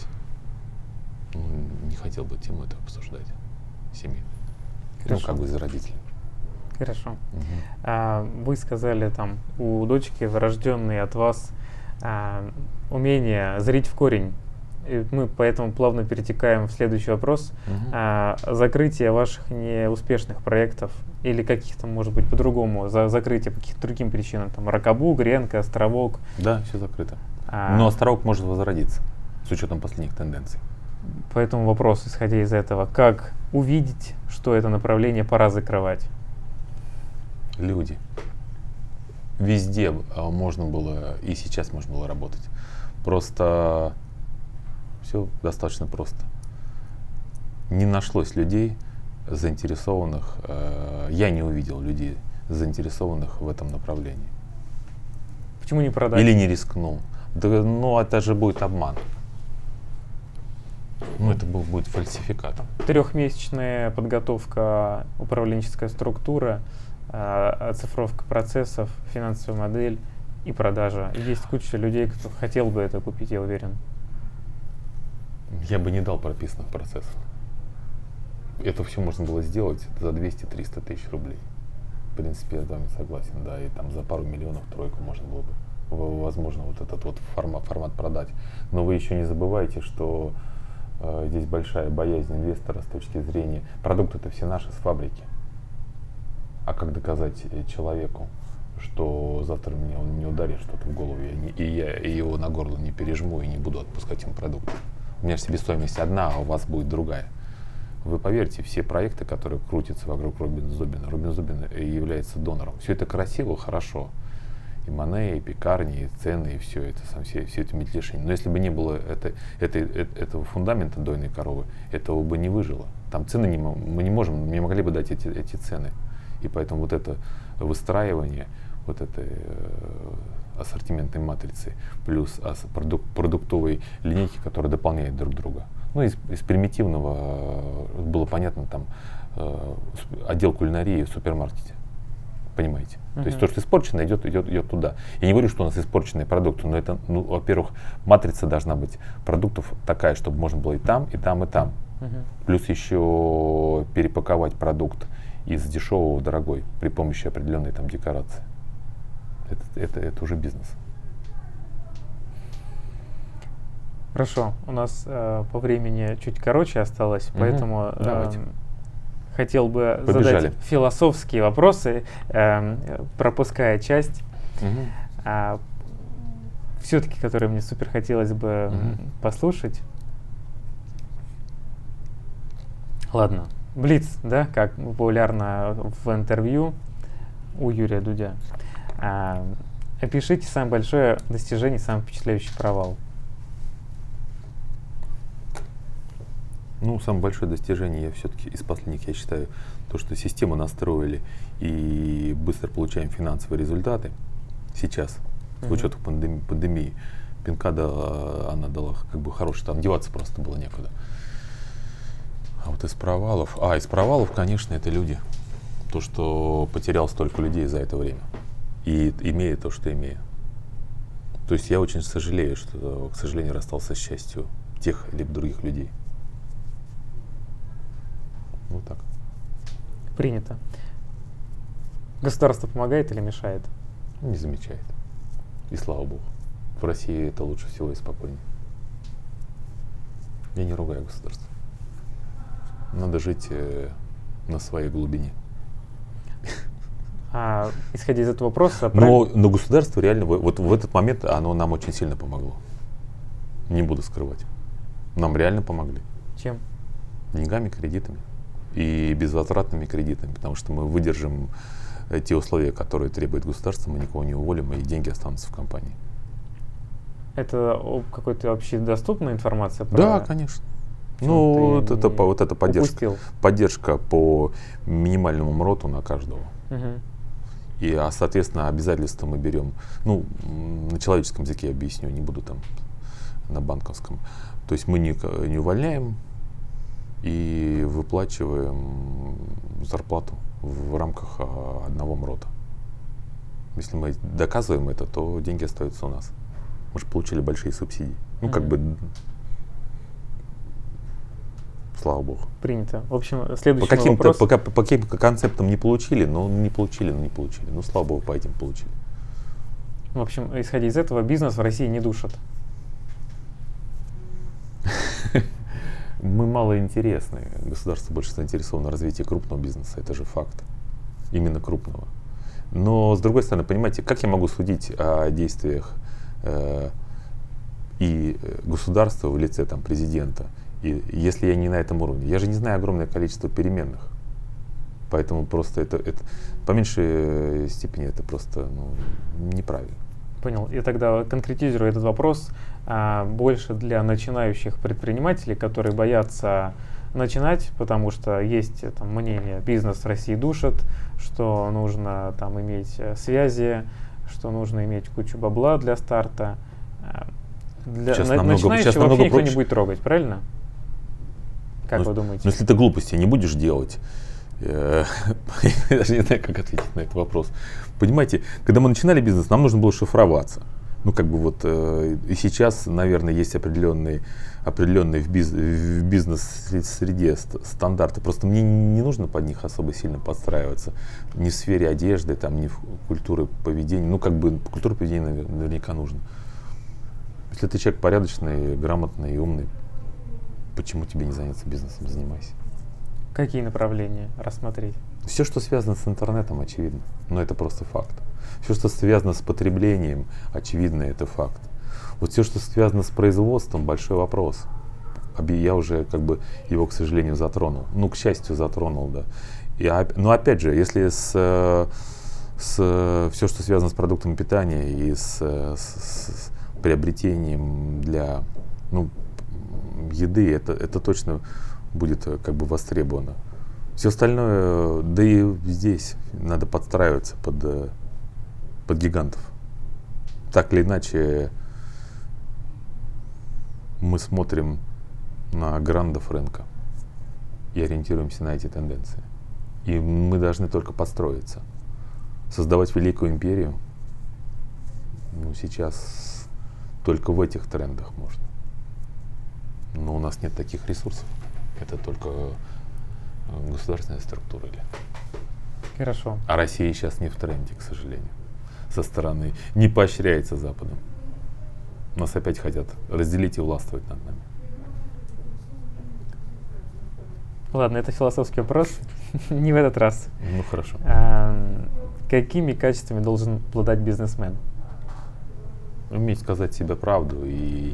Не хотел бы тему это обсуждать в семье. Как бы из родителей. Хорошо. Вы сказали, там, у дочки врожденный от вас умение зрить в корень. И мы поэтому плавно перетекаем в следующий вопрос. Закрытие ваших неуспешных проектов или каких-то, может быть, по-другому, закрытие по каким-то другим причинам, там, Ракабу, Гренко, Островок. Да, все закрыто. Но Островок может возродиться с учетом последних тенденций. Поэтому вопрос, исходя из этого, как увидеть, что это направление пора закрывать? Люди. Везде можно было, и сейчас можно было работать. Просто все достаточно просто. Не нашлось людей, заинтересованных, я не увидел людей, заинтересованных в этом направлении. Почему не продать? Или не рискнул. Да, ну, это же будет обман. Ну, это будет фальсификат. Трехмесячная подготовка, управленческая структура, оцифровка процессов, финансовая модель и продажа. Есть куча людей, кто хотел бы это купить, я уверен. Я бы не дал прописанных процессов. Это все можно было сделать за 200-300 тысяч рублей. В принципе, я с вами согласен, да, и там за пару миллионов тройку можно было бы, возможно, вот этот вот формат продать. Но вы еще не забывайте, что здесь большая боязнь инвестора с точки зрения, продукты-то все наши с фабрики. А как доказать человеку, что завтра меня он не ударит что-то в голову, и я его на горло не пережму и не буду отпускать ему продукт. У меня же себестоимость одна, а у вас будет другая. Вы поверьте, все проекты, которые крутятся вокруг Рубин Зубина является донором. Все это красиво, хорошо. И Моне, и пекарни, и цены, и все это метлишение. Но если бы не было этого фундамента дойной коровы, этого бы не выжило. Там цены мы не могли бы дать эти цены. И поэтому вот это выстраивание вот этой ассортиментной матрицы плюс продуктовой линейки, которые дополняют друг друга. Ну, из примитивного было понятно, там отдел кулинарии в супермаркете. Понимаете? То есть то, что испорчено, идет туда. Я не говорю, что у нас испорченные продукты, но это, ну, во-первых, матрица должна быть продуктов такая, чтобы можно было и там, и там, и там. Плюс еще перепаковать продукт из дешевого в дорогой при помощи определенной там декорации. Это уже бизнес. Хорошо, у нас по времени чуть короче осталось, поэтому хотел бы задать философские вопросы, пропуская часть, все-таки, которые мне супер хотелось бы послушать. Ладно, блиц, да, как популярно в интервью у Юрия Дудя. Опишите самое большое достижение, самый впечатляющий провал. Ну, самое большое достижение я все-таки из последних, я считаю, то, что систему настроили и быстро получаем финансовые результаты сейчас, с учетом пандемии. Пинка она дала как бы хороший, там деваться просто было некуда. А вот из провалов, конечно, это люди. То, что потерял столько людей за это время. И имея то, что имею. То есть я очень сожалею, что, к сожалению, расстался с счастью тех либо других людей. Вот так. Принято. Государство помогает или мешает? Не замечает. И слава богу. В России это лучше всего и спокойнее. Я не ругаю государство. Надо жить на своей глубине. Исходя из этого вопроса... Но государство реально, вот в этот момент оно нам очень сильно помогло. Не буду скрывать. Нам реально помогли. Чем? Деньгами, кредитами. И безвозвратными кредитами. Потому что мы выдержим те условия, которые требует государство, мы никого не уволим, и деньги останутся в компании. Это какая-то общедоступная информация? Да, конечно. Ну, вот это поддержка по минимальному МРОТу на каждого. И, соответственно, обязательства мы берем, ну, на человеческом языке я объясню, не буду там на банковском. То есть мы не увольняем и выплачиваем зарплату в рамках одного МРОТа. Если мы доказываем это, то деньги остаются у нас. Мы же получили большие субсидии. Ну, как бы Слава богу. Принято. В общем, следующий вопрос. По каким-то концептам не получили. Ну, слава богу, по этим получили. В общем, исходя из этого, бизнес в России не душат. Мы малоинтересны. Государство больше заинтересовано в развитии крупного бизнеса. Это же факт. Именно крупного. Но, с другой стороны, понимаете, как я могу судить о действиях и государства в лице там, президента, и если я не на этом уровне? Я же не знаю огромное количество переменных. Поэтому просто это по меньшей степени это просто неправильно. Понял. И тогда конкретизирую этот вопрос больше для начинающих предпринимателей, которые боятся начинать, потому что есть там, мнение, бизнес в России душит, что нужно там, иметь связи, что нужно иметь кучу бабла для старта. Начинающих вообще никто не будет трогать, правильно? Как вы думаете? Ну, если ты глупости не будешь делать, я даже не знаю, как ответить на этот вопрос. Понимаете, когда мы начинали бизнес, нам нужно было шифроваться. Ну, как бы вот и сейчас, наверное, есть определенные в бизнес-среде стандарты. Просто мне не нужно под них особо сильно подстраиваться. Ни в сфере одежды, там, ни в культуре поведения. Ну, как бы культура поведения наверняка нужна. Если ты человек порядочный, грамотный и умный, почему тебе не заняться бизнесом? Занимайся. Какие направления рассмотреть? Все, что связано с интернетом, очевидно. Но это просто факт. Все, что связано с потреблением, очевидно, это факт. Вот все, что связано с производством, большой вопрос. Я уже как бы его, к сожалению, затронул. Ну, к счастью, затронул, да. Но опять же, если все, что связано с продуктами питания и с приобретением для еды, это точно будет как бы востребовано. Все остальное, да и здесь надо подстраиваться под гигантов. Так или иначе, мы смотрим на грандов рынка и ориентируемся на эти тенденции. И мы должны только подстроиться. Создавать великую империю, сейчас только в этих трендах можно. Но у нас нет таких ресурсов. Это только государственная структура. Хорошо. А Россия сейчас не в тренде, к сожалению. Со стороны не поощряется Западом. Нас опять хотят разделить и властвовать над нами. Ладно, это философский вопрос. Не в этот раз. Ну хорошо. Какими качествами должен обладать бизнесмен? Уметь сказать себе правду и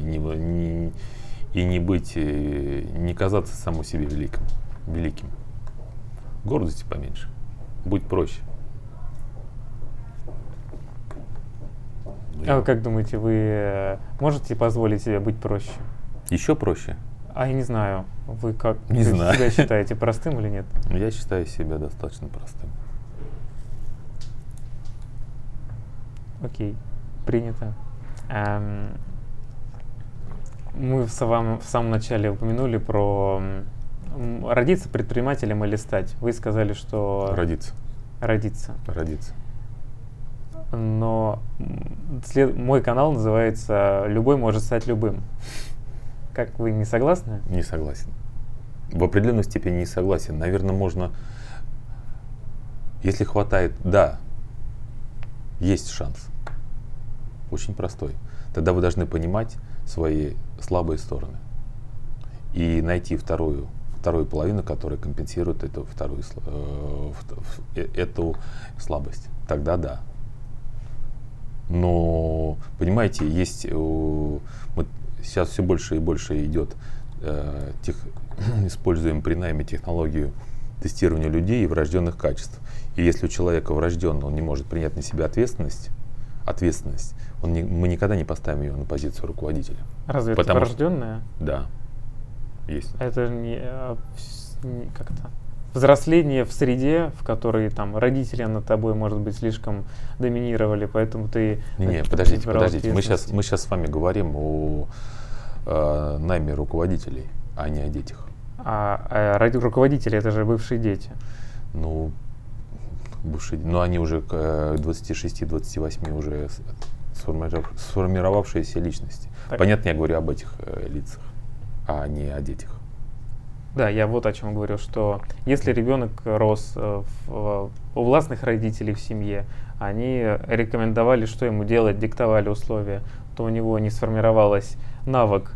не казаться самому себе великим. Гордости поменьше. Будь проще. А вы как думаете, вы можете позволить себе быть проще? Еще проще? А я не знаю. Вы как знаю. Себя считаете простым или нет? Я считаю себя достаточно простым. Окей, принято. Мы в самом начале упомянули про родиться предпринимателем или стать. Вы сказали, что... Родиться. Но мой канал называется «Любой может стать любым». Как, вы не согласны? Не согласен. В определенной степени не согласен. Наверное, можно, если хватает, да, есть шанс. Очень простой. Тогда вы должны понимать свои слабые стороны и найти вторую половину, которая компенсирует эту слабость. Тогда да. Но, понимаете, сейчас все больше и больше идет используем при найме технологию тестирования людей и врожденных качеств. И если у человека врожденно он не может принять на себя ответственность, мы никогда не поставим ее на позицию руководителя. Разве это врожденное? Да, есть. Это как-то взросление в среде, в которой там родители над тобой, может быть, слишком доминировали, поэтому ты... Подождите. Мы сейчас с вами говорим о найме руководителей, а не о детях. А руководители — это же бывшие дети. Но они уже к 26-28 уже сформировавшиеся личности. Так. Понятно, я говорю об этих лицах, а не о детях. Да, я вот о чем говорю, что если ребенок рос у властных родителей в семье, они рекомендовали, что ему делать, диктовали условия, то у него не сформировалось навык,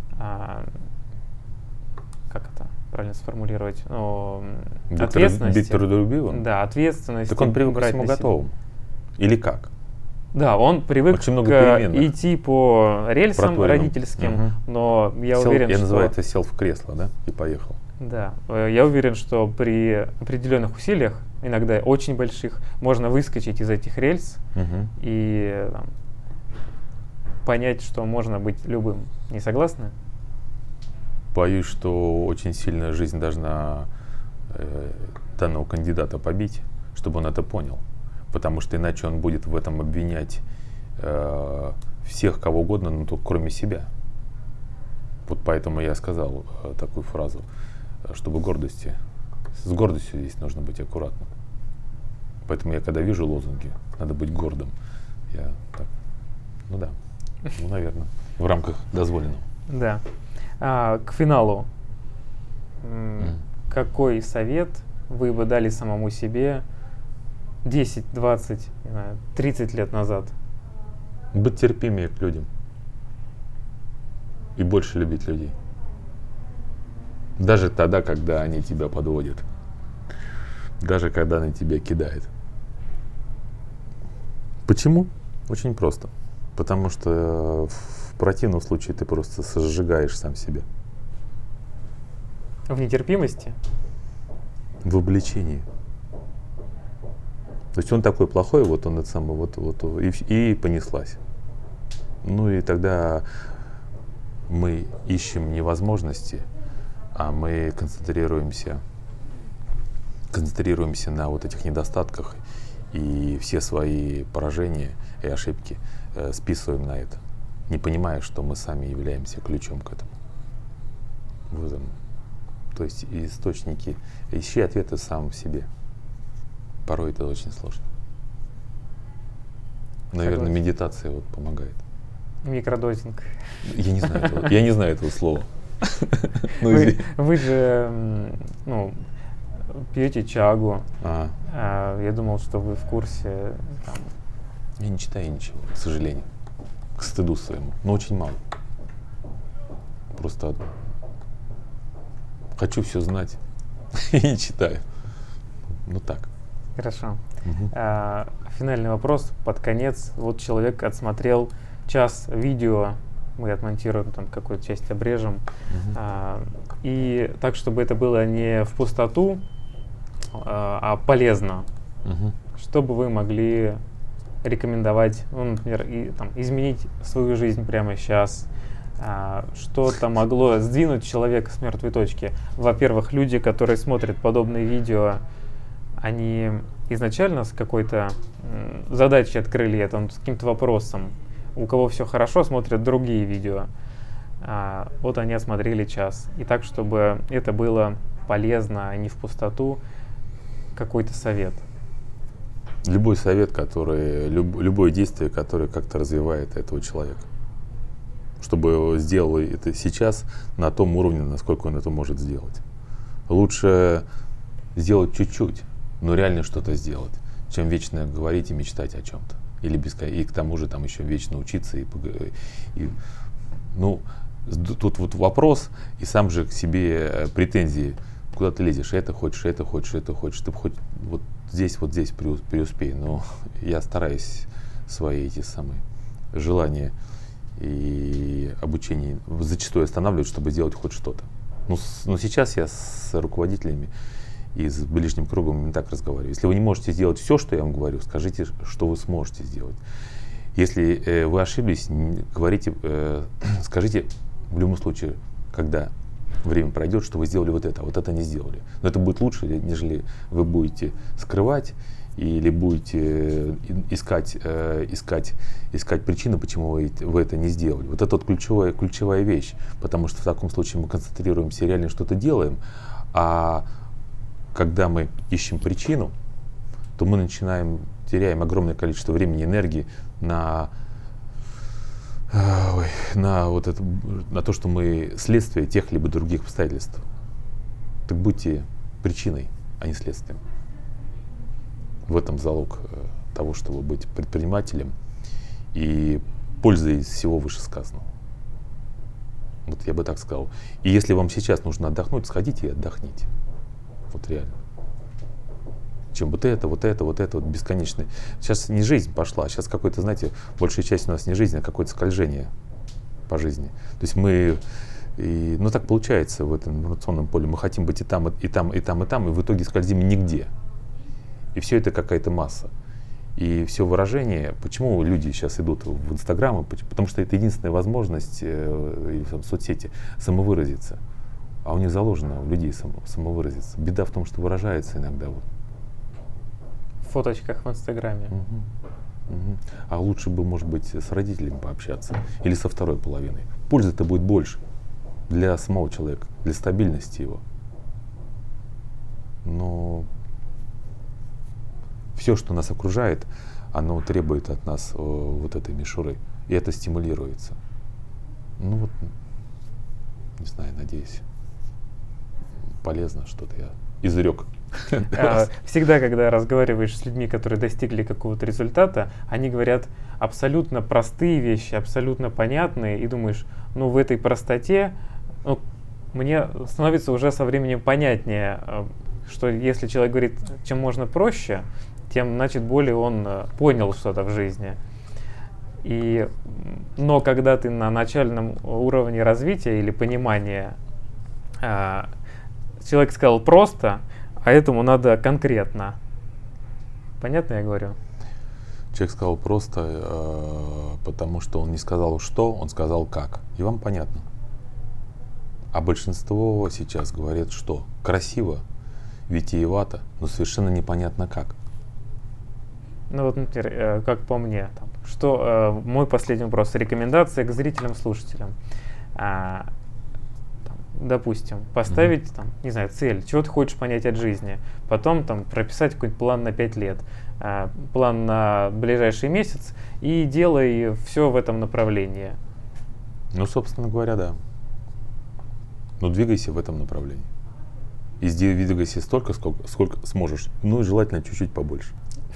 как это правильно сформулировать, ответственности. Быть трудолюбивым? Да, ответственности. Так он привык к всему готовому? Или как? Да, он привык идти по рельсам родительским, но я уверен, что... Я называю это сел в кресло, да, и поехал. Да, я уверен, что при определенных усилиях, иногда очень больших, можно выскочить из этих рельс и понять, что можно быть любым. Не согласны? Боюсь, что очень сильно жизнь должна данного кандидата побить, чтобы он это понял. Потому что иначе он будет в этом обвинять всех, кого угодно, но только кроме себя. Вот поэтому я сказал такую фразу, чтобы с гордостью здесь нужно быть аккуратным. Поэтому я когда вижу лозунги, надо быть гордым, я так, наверное, в рамках дозволенного. Да. К финалу. Какой совет вы бы дали самому себе 10, 20, 30 лет назад? Быть терпимее к людям. И больше любить людей. Даже тогда, когда они тебя подводят. Даже когда они тебя кидают. Почему? Очень просто. Потому что в противном случае ты просто сжигаешь сам себя. В нетерпимости? В обличении. То есть он такой плохой, вот он это самое, и понеслась. Ну и тогда мы ищем не возможности, а мы концентрируемся на вот этих недостатках и все свои поражения и ошибки списываем на это, не понимая, что мы сами являемся ключом к этому. В этом. То есть источники, ищи ответы сам в себе. Порой это очень сложно. Наверное, медитация вот помогает. Микродозинг. Я не знаю этого слова. Вы же пьете чагу. Я думал, что вы в курсе. Я не читаю ничего, к сожалению. К стыду своему. Но очень мало. Просто хочу все знать и не читаю. Ну так. Хорошо. Финальный вопрос под конец. Вот человек отсмотрел час видео, мы отмонтируем там какую-то часть, обрежем. И так, чтобы это было не в пустоту, а полезно. Что бы вы могли рекомендовать, например, изменить свою жизнь прямо сейчас? Что-то могло сдвинуть человека с мертвой точки? Во-первых, люди, которые смотрят подобные видео, они изначально с какой-то задачей открыли это, с каким-то вопросом. У кого все хорошо, смотрят другие видео. Вот они осмотрели час. И так, чтобы это было полезно, а не в пустоту, какой-то совет. Любой совет, любое действие, которое как-то развивает этого человека. Чтобы сделал это сейчас на том уровне, насколько он это может сделать. Лучше сделать чуть-чуть, но реально что-то сделать, чем вечно говорить и мечтать о чем-то. И к тому же там еще вечно учиться. Тут вот вопрос, и сам же к себе претензии. Куда ты лезешь? Это хочешь, это хочешь, это хочешь. Ты хоть вот здесь преуспей. Но я стараюсь свои эти самые желания и обучение зачастую останавливать, чтобы сделать хоть что-то. Но сейчас я с руководителями и с ближним кругом не так разговариваю. Если вы не можете сделать все, что я вам говорю, скажите, что вы сможете сделать. Если вы ошиблись, скажите в любом случае, когда время пройдет, что вы сделали вот это не сделали. Но это будет лучше, нежели вы будете скрывать или будете искать причины, почему вы это не сделали. Вот это вот ключевая вещь, потому что в таком случае мы концентрируемся и реально что-то делаем, а когда мы ищем причину, то мы теряем огромное количество времени и энергии на то, что мы следствие тех либо других обстоятельств. так будьте причиной, а не следствием. В этом залог того, чтобы быть предпринимателем и пользуясь всего вышесказанного. Вот я бы так сказал. И если вам сейчас нужно отдохнуть, сходите и отдохните. Вот реально. Чем вот это бесконечное. Сейчас не жизнь пошла, сейчас какой-то, знаете, большая часть у нас не жизнь, а какое-то скольжение по жизни. То есть мы, ну так получается в этом информационном поле, мы хотим быть и там, и там, и там, и там, и в итоге скользим нигде. И все это какая-то масса. И все выражение, почему люди сейчас идут в Инстаграм, потому что это единственная возможность или в соцсети самовыразиться. А у них заложено, у людей самовыразиться. Беда в том, что выражается иногда вот. В фоточках в Инстаграме. А лучше бы, может быть, с родителями пообщаться или со второй половиной. Пользы-то будет больше для самого человека, для стабильности его. Но все, что нас окружает, оно требует от нас вот этой мишуры. И это стимулируется. Ну вот, не знаю, надеюсь, полезно что-то я изрек. Всегда, когда разговариваешь с людьми, которые достигли какого-то результата, они говорят абсолютно простые вещи, абсолютно понятные, и думаешь, ну в этой простоте, ну, мне становится уже со временем понятнее, что если человек говорит, чем можно проще, тем, значит, более он понял что-то в жизни. Но когда ты на начальном уровне развития или понимания, человек сказал просто, а этому надо конкретно. Понятно я говорю? Человек сказал просто, потому что он не сказал что, он сказал как. И вам понятно. А большинство сейчас говорит что? Красиво, витиевато, но совершенно непонятно как. Ну вот, например, как по мне, мой последний вопрос, рекомендация к зрителям, слушателям. Допустим, поставить, не знаю, цель, чего ты хочешь понять от жизни, потом прописать какой-нибудь план на 5 лет, план на ближайший месяц и делай все в этом направлении. Ну, собственно говоря, да. Ну, двигайся в этом направлении. И двигайся столько, сколько сможешь. Ну, и желательно чуть-чуть побольше.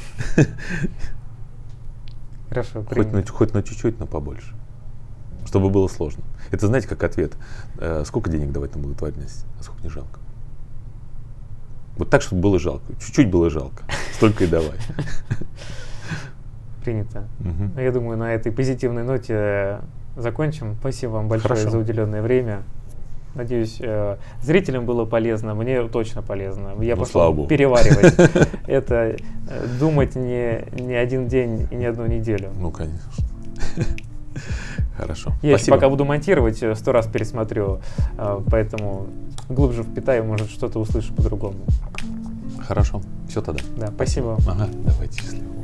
Хорошо, хоть на чуть-чуть, но побольше. Чтобы было сложно. Это, знаете, как ответ. Сколько денег давать на благотворительность, а сколько не жалко? Вот так, чтобы было жалко. Чуть-чуть было жалко. Столько и давай. Принято. Я думаю, на этой позитивной ноте закончим. Спасибо вам большое за уделенное время. Надеюсь, зрителям было полезно, мне точно полезно. Я пошел переваривать. Это думать не один день и не одну неделю. Ну, конечно. Хорошо. Я еще пока буду монтировать, 100 раз пересмотрю, поэтому глубже впитаю, может, что-то услышу по-другому. Хорошо. Все тогда. Да, спасибо. Ага, давайте, счастливо.